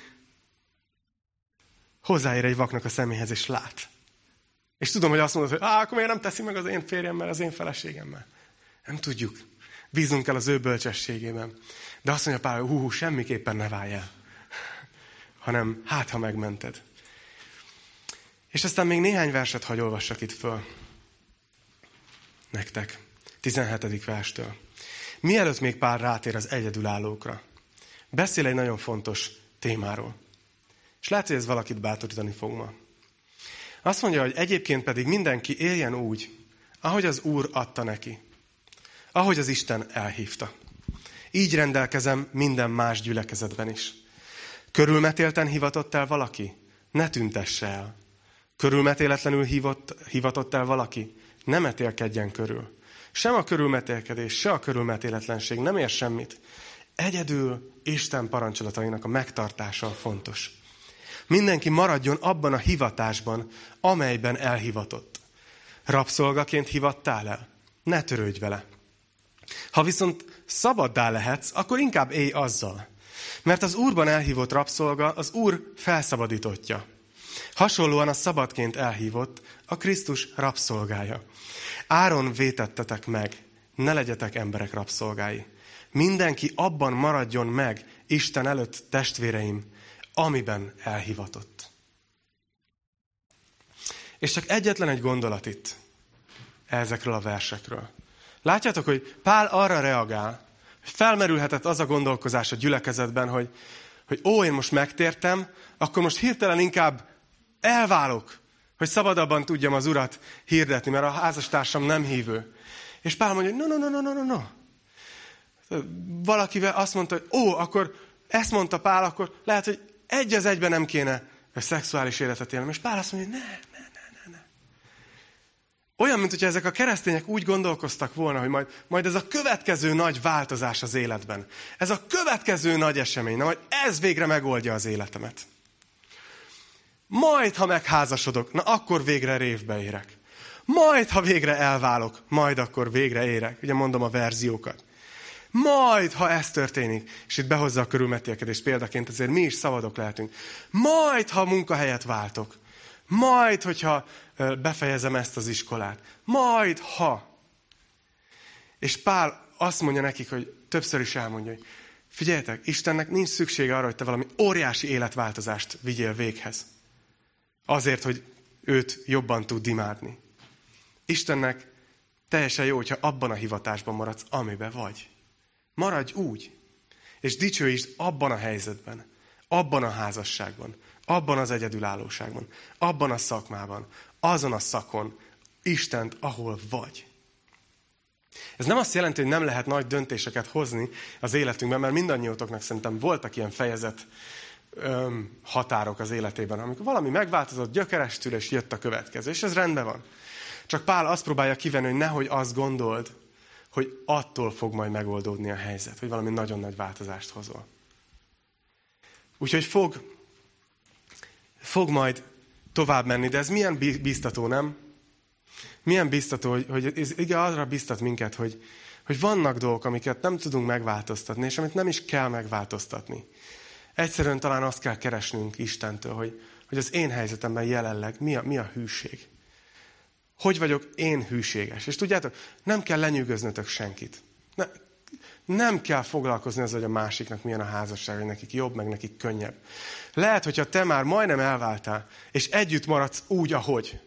Speaker 1: hozzáér egy vaknak a szeméhez, és lát. És tudom, hogy azt mondod, hogy á, akkor miért nem teszi meg az én férjemmel, az én feleségemmel. Nem tudjuk. Bízunk el az ő bölcsességében. De azt mondja Pál, hogy hú, hú, semmiképpen ne válj el. Hanem hát, ha megmented. És aztán még néhány verset hagy olvassak itt föl. Nektek. tizenhetedik verstől. Mielőtt még Pál rátér az egyedülállókra, beszél egy nagyon fontos témáról. És lehet, hogy ez valakit bátorítani fog ma. Azt mondja, hogy egyébként pedig mindenki éljen úgy, ahogy az Úr adta neki. Ahogy az Isten elhívta. Így rendelkezem minden más gyülekezetben is. Körülmetélten hivatott el valaki? Ne tüntesse el. Körülmetéletlenül hívott, hivatott el valaki? Ne metélkedjen körül. Sem a körülmetélkedés, se a körülmetéletlenség nem ér semmit. Egyedül Isten parancsolatainak a megtartása fontos. Mindenki maradjon abban a hivatásban, amelyben elhivatott. Rabszolgaként hivattál el? Ne törődj vele. Ha viszont szabaddá lehetsz, akkor inkább élj azzal. Mert az Úrban elhívott rabszolga az Úr felszabadítottja. Hasonlóan a szabadként elhívott a Krisztus rabszolgája. Áron vétettetek meg, ne legyetek emberek rabszolgái. Mindenki abban maradjon meg, Isten előtt, testvéreim, amiben elhivatott. És csak egyetlen egy gondolat itt ezekről a versekről. Látjátok, hogy Pál arra reagál, hogy felmerülhetett az a gondolkozás a gyülekezetben, hogy, hogy ó, én most megtértem, akkor most hirtelen inkább elválok, hogy szabadabban tudjam az Urat hirdetni, mert a házastársam nem hívő. És Pál mondja, hogy no, no, no, no, no, no. Valakivel azt mondta, hogy ó, akkor ezt mondta Pál, akkor lehet, hogy egy az egyben nem kéne a szexuális életet élni. És Pál azt mondja, hogy ne, ne, ne, ne, ne. Olyan, mint hogyha ezek a keresztények úgy gondolkoztak volna, hogy majd, majd ez a következő nagy változás az életben. Ez a következő nagy esemény, na majd ez végre megoldja az életemet. Majd, ha megházasodok, na akkor végre révbe érek. Majd, ha végre elválok, majd akkor végre érek. Ugye mondom a verziókat. Majd, ha ez történik, és itt behozza a körülmetélkedést példaként, azért mi is szabadok lehetünk. Majd, ha munkahelyet váltok. Majd, hogyha befejezem ezt az iskolát. Majd, ha. És Pál azt mondja nekik, hogy többször is elmondja, hogy figyeljetek, Istennek nincs szüksége arra, hogy te valami óriási életváltozást vigyél véghez. Azért, hogy őt jobban tud imádni. Istennek teljesen jó, hogyha abban a hivatásban maradsz, amiben vagy. Maradj úgy, és dicsőítsd abban a helyzetben, abban a házasságban, abban az egyedülállóságban, abban a szakmában, azon a szakon, Istent, ahol vagy. Ez nem azt jelenti, hogy nem lehet nagy döntéseket hozni az életünkben, mert mindannyiótoknak szerintem voltak ilyen fejezet öm, határok az életében, amikor valami megváltozott gyökerestül, és jött a következő, és ez rendben van. Csak Pál azt próbálja kivenni, hogy nehogy azt gondold, hogy attól fog majd megoldódni a helyzet, hogy valami nagyon nagy változást hozol. Úgyhogy fog, fog majd tovább menni, de ez milyen bíztató, nem? Milyen bíztató, hogy, hogy ez igen, arra bíztat minket, hogy, hogy vannak dolgok, amiket nem tudunk megváltoztatni, és amit nem is kell megváltoztatni. Egyszerűen talán azt kell keresnünk Istentől, hogy, hogy az én helyzetemben jelenleg mi a, mi a hűség. Hogy vagyok én hűséges? És tudjátok, nem kell lenyűgöznötök senkit. Ne, nem kell foglalkozni azzal, hogy a másiknak milyen a házasság, hogy nekik jobb, meg nekik könnyebb. Lehet, hogyha te már majdnem elváltál, és együtt maradsz úgy, ahogy.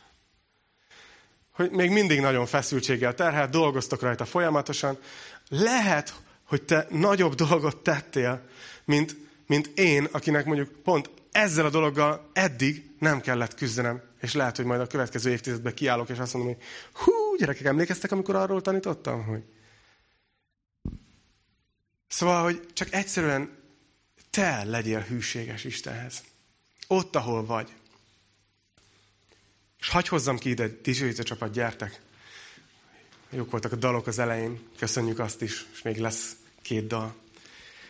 Speaker 1: Hogy még mindig nagyon feszültséggel terhelt, dolgoztok rajta folyamatosan. Lehet, hogy te nagyobb dolgot tettél, mint, mint én, akinek mondjuk pont ezzel a dologgal eddig nem kellett küzdenem. És lehet, hogy majd a következő évtizedben kiállok, és azt mondom, hogy hú, gyerekek, emlékeztek, amikor arról tanítottam? Hogy... Szóval, hogy csak egyszerűen te legyél hűséges Istenhez. Ott, ahol vagy. És hagyj hozzam ki ide, dicsőítő csapat, gyertek. Jók voltak a dalok az elején, köszönjük azt is, és még lesz két dal.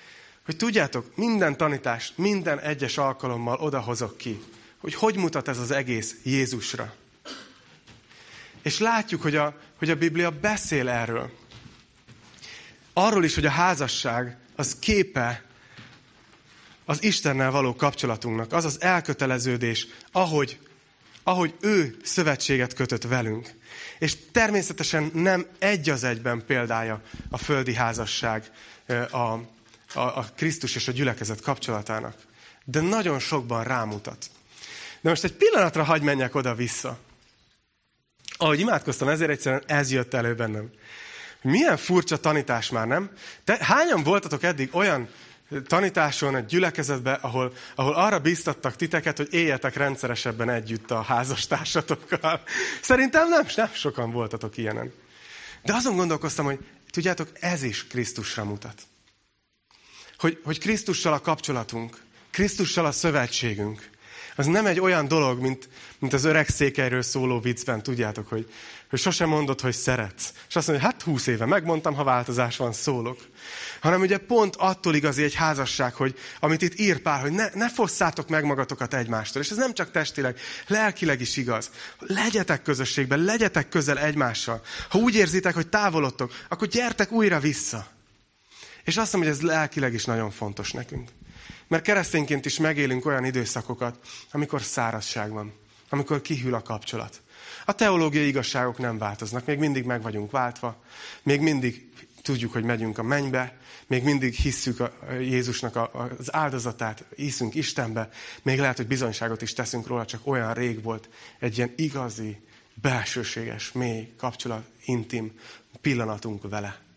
Speaker 1: hogy tudjátok, minden tanítást, minden egyes alkalommal odahozok ki, hogy hogy mutat ez az egész Jézusra. És látjuk, hogy a, hogy a Biblia beszél erről. Arról is, hogy a házasság az képe az Istennel való kapcsolatunknak, az az elköteleződés, ahogy, ahogy ő szövetséget kötött velünk. És természetesen nem egy az egyben példája a földi házasság a, a, a Krisztus és a gyülekezet kapcsolatának. De nagyon sokban rámutat. De most egy pillanatra hadd menjek oda-vissza. Ahogy imádkoztam, ezért egyszerűen ez jött elő bennem. Milyen furcsa tanítás már, nem? Te hányan voltatok eddig olyan tanításon, egy gyülekezetben, ahol, ahol arra bíztattak titeket, hogy éljetek rendszeresebben együtt a házastársatokkal? Szerintem nem, nem sokan voltatok ilyenen. De azon gondolkoztam, hogy tudjátok, ez is Krisztusra mutat. Hogy, hogy Krisztussal a kapcsolatunk, Krisztussal a szövetségünk, az nem egy olyan dolog, mint, mint az öreg székelyről szóló viccben, tudjátok, hogy, hogy sosem mondod, hogy szeretsz. És azt mondja, hát húsz éve megmondtam, ha változás van, szólok. Hanem ugye pont attól igazi egy házasság, hogy amit itt ír Pál, hogy ne, ne fosszátok meg magatokat egymástól. És ez nem csak testileg, lelkileg is igaz. Legyetek közösségben, legyetek közel egymással. Ha úgy érzitek, hogy távolodtok, akkor gyertek újra vissza. És azt mondom, hogy ez lelkileg is nagyon fontos nekünk. Mert keresztényként is megélünk olyan időszakokat, amikor szárazság van, amikor kihűl a kapcsolat. A teológiai igazságok nem változnak, még mindig meg vagyunk váltva, még mindig tudjuk, hogy megyünk a mennybe, még mindig hisszük a Jézusnak az áldozatát, hiszünk Istenbe, még lehet, hogy bizonyságot is teszünk róla, csak olyan rég volt egy ilyen igazi, belsőséges, mély kapcsolat, intim pillanatunk vele.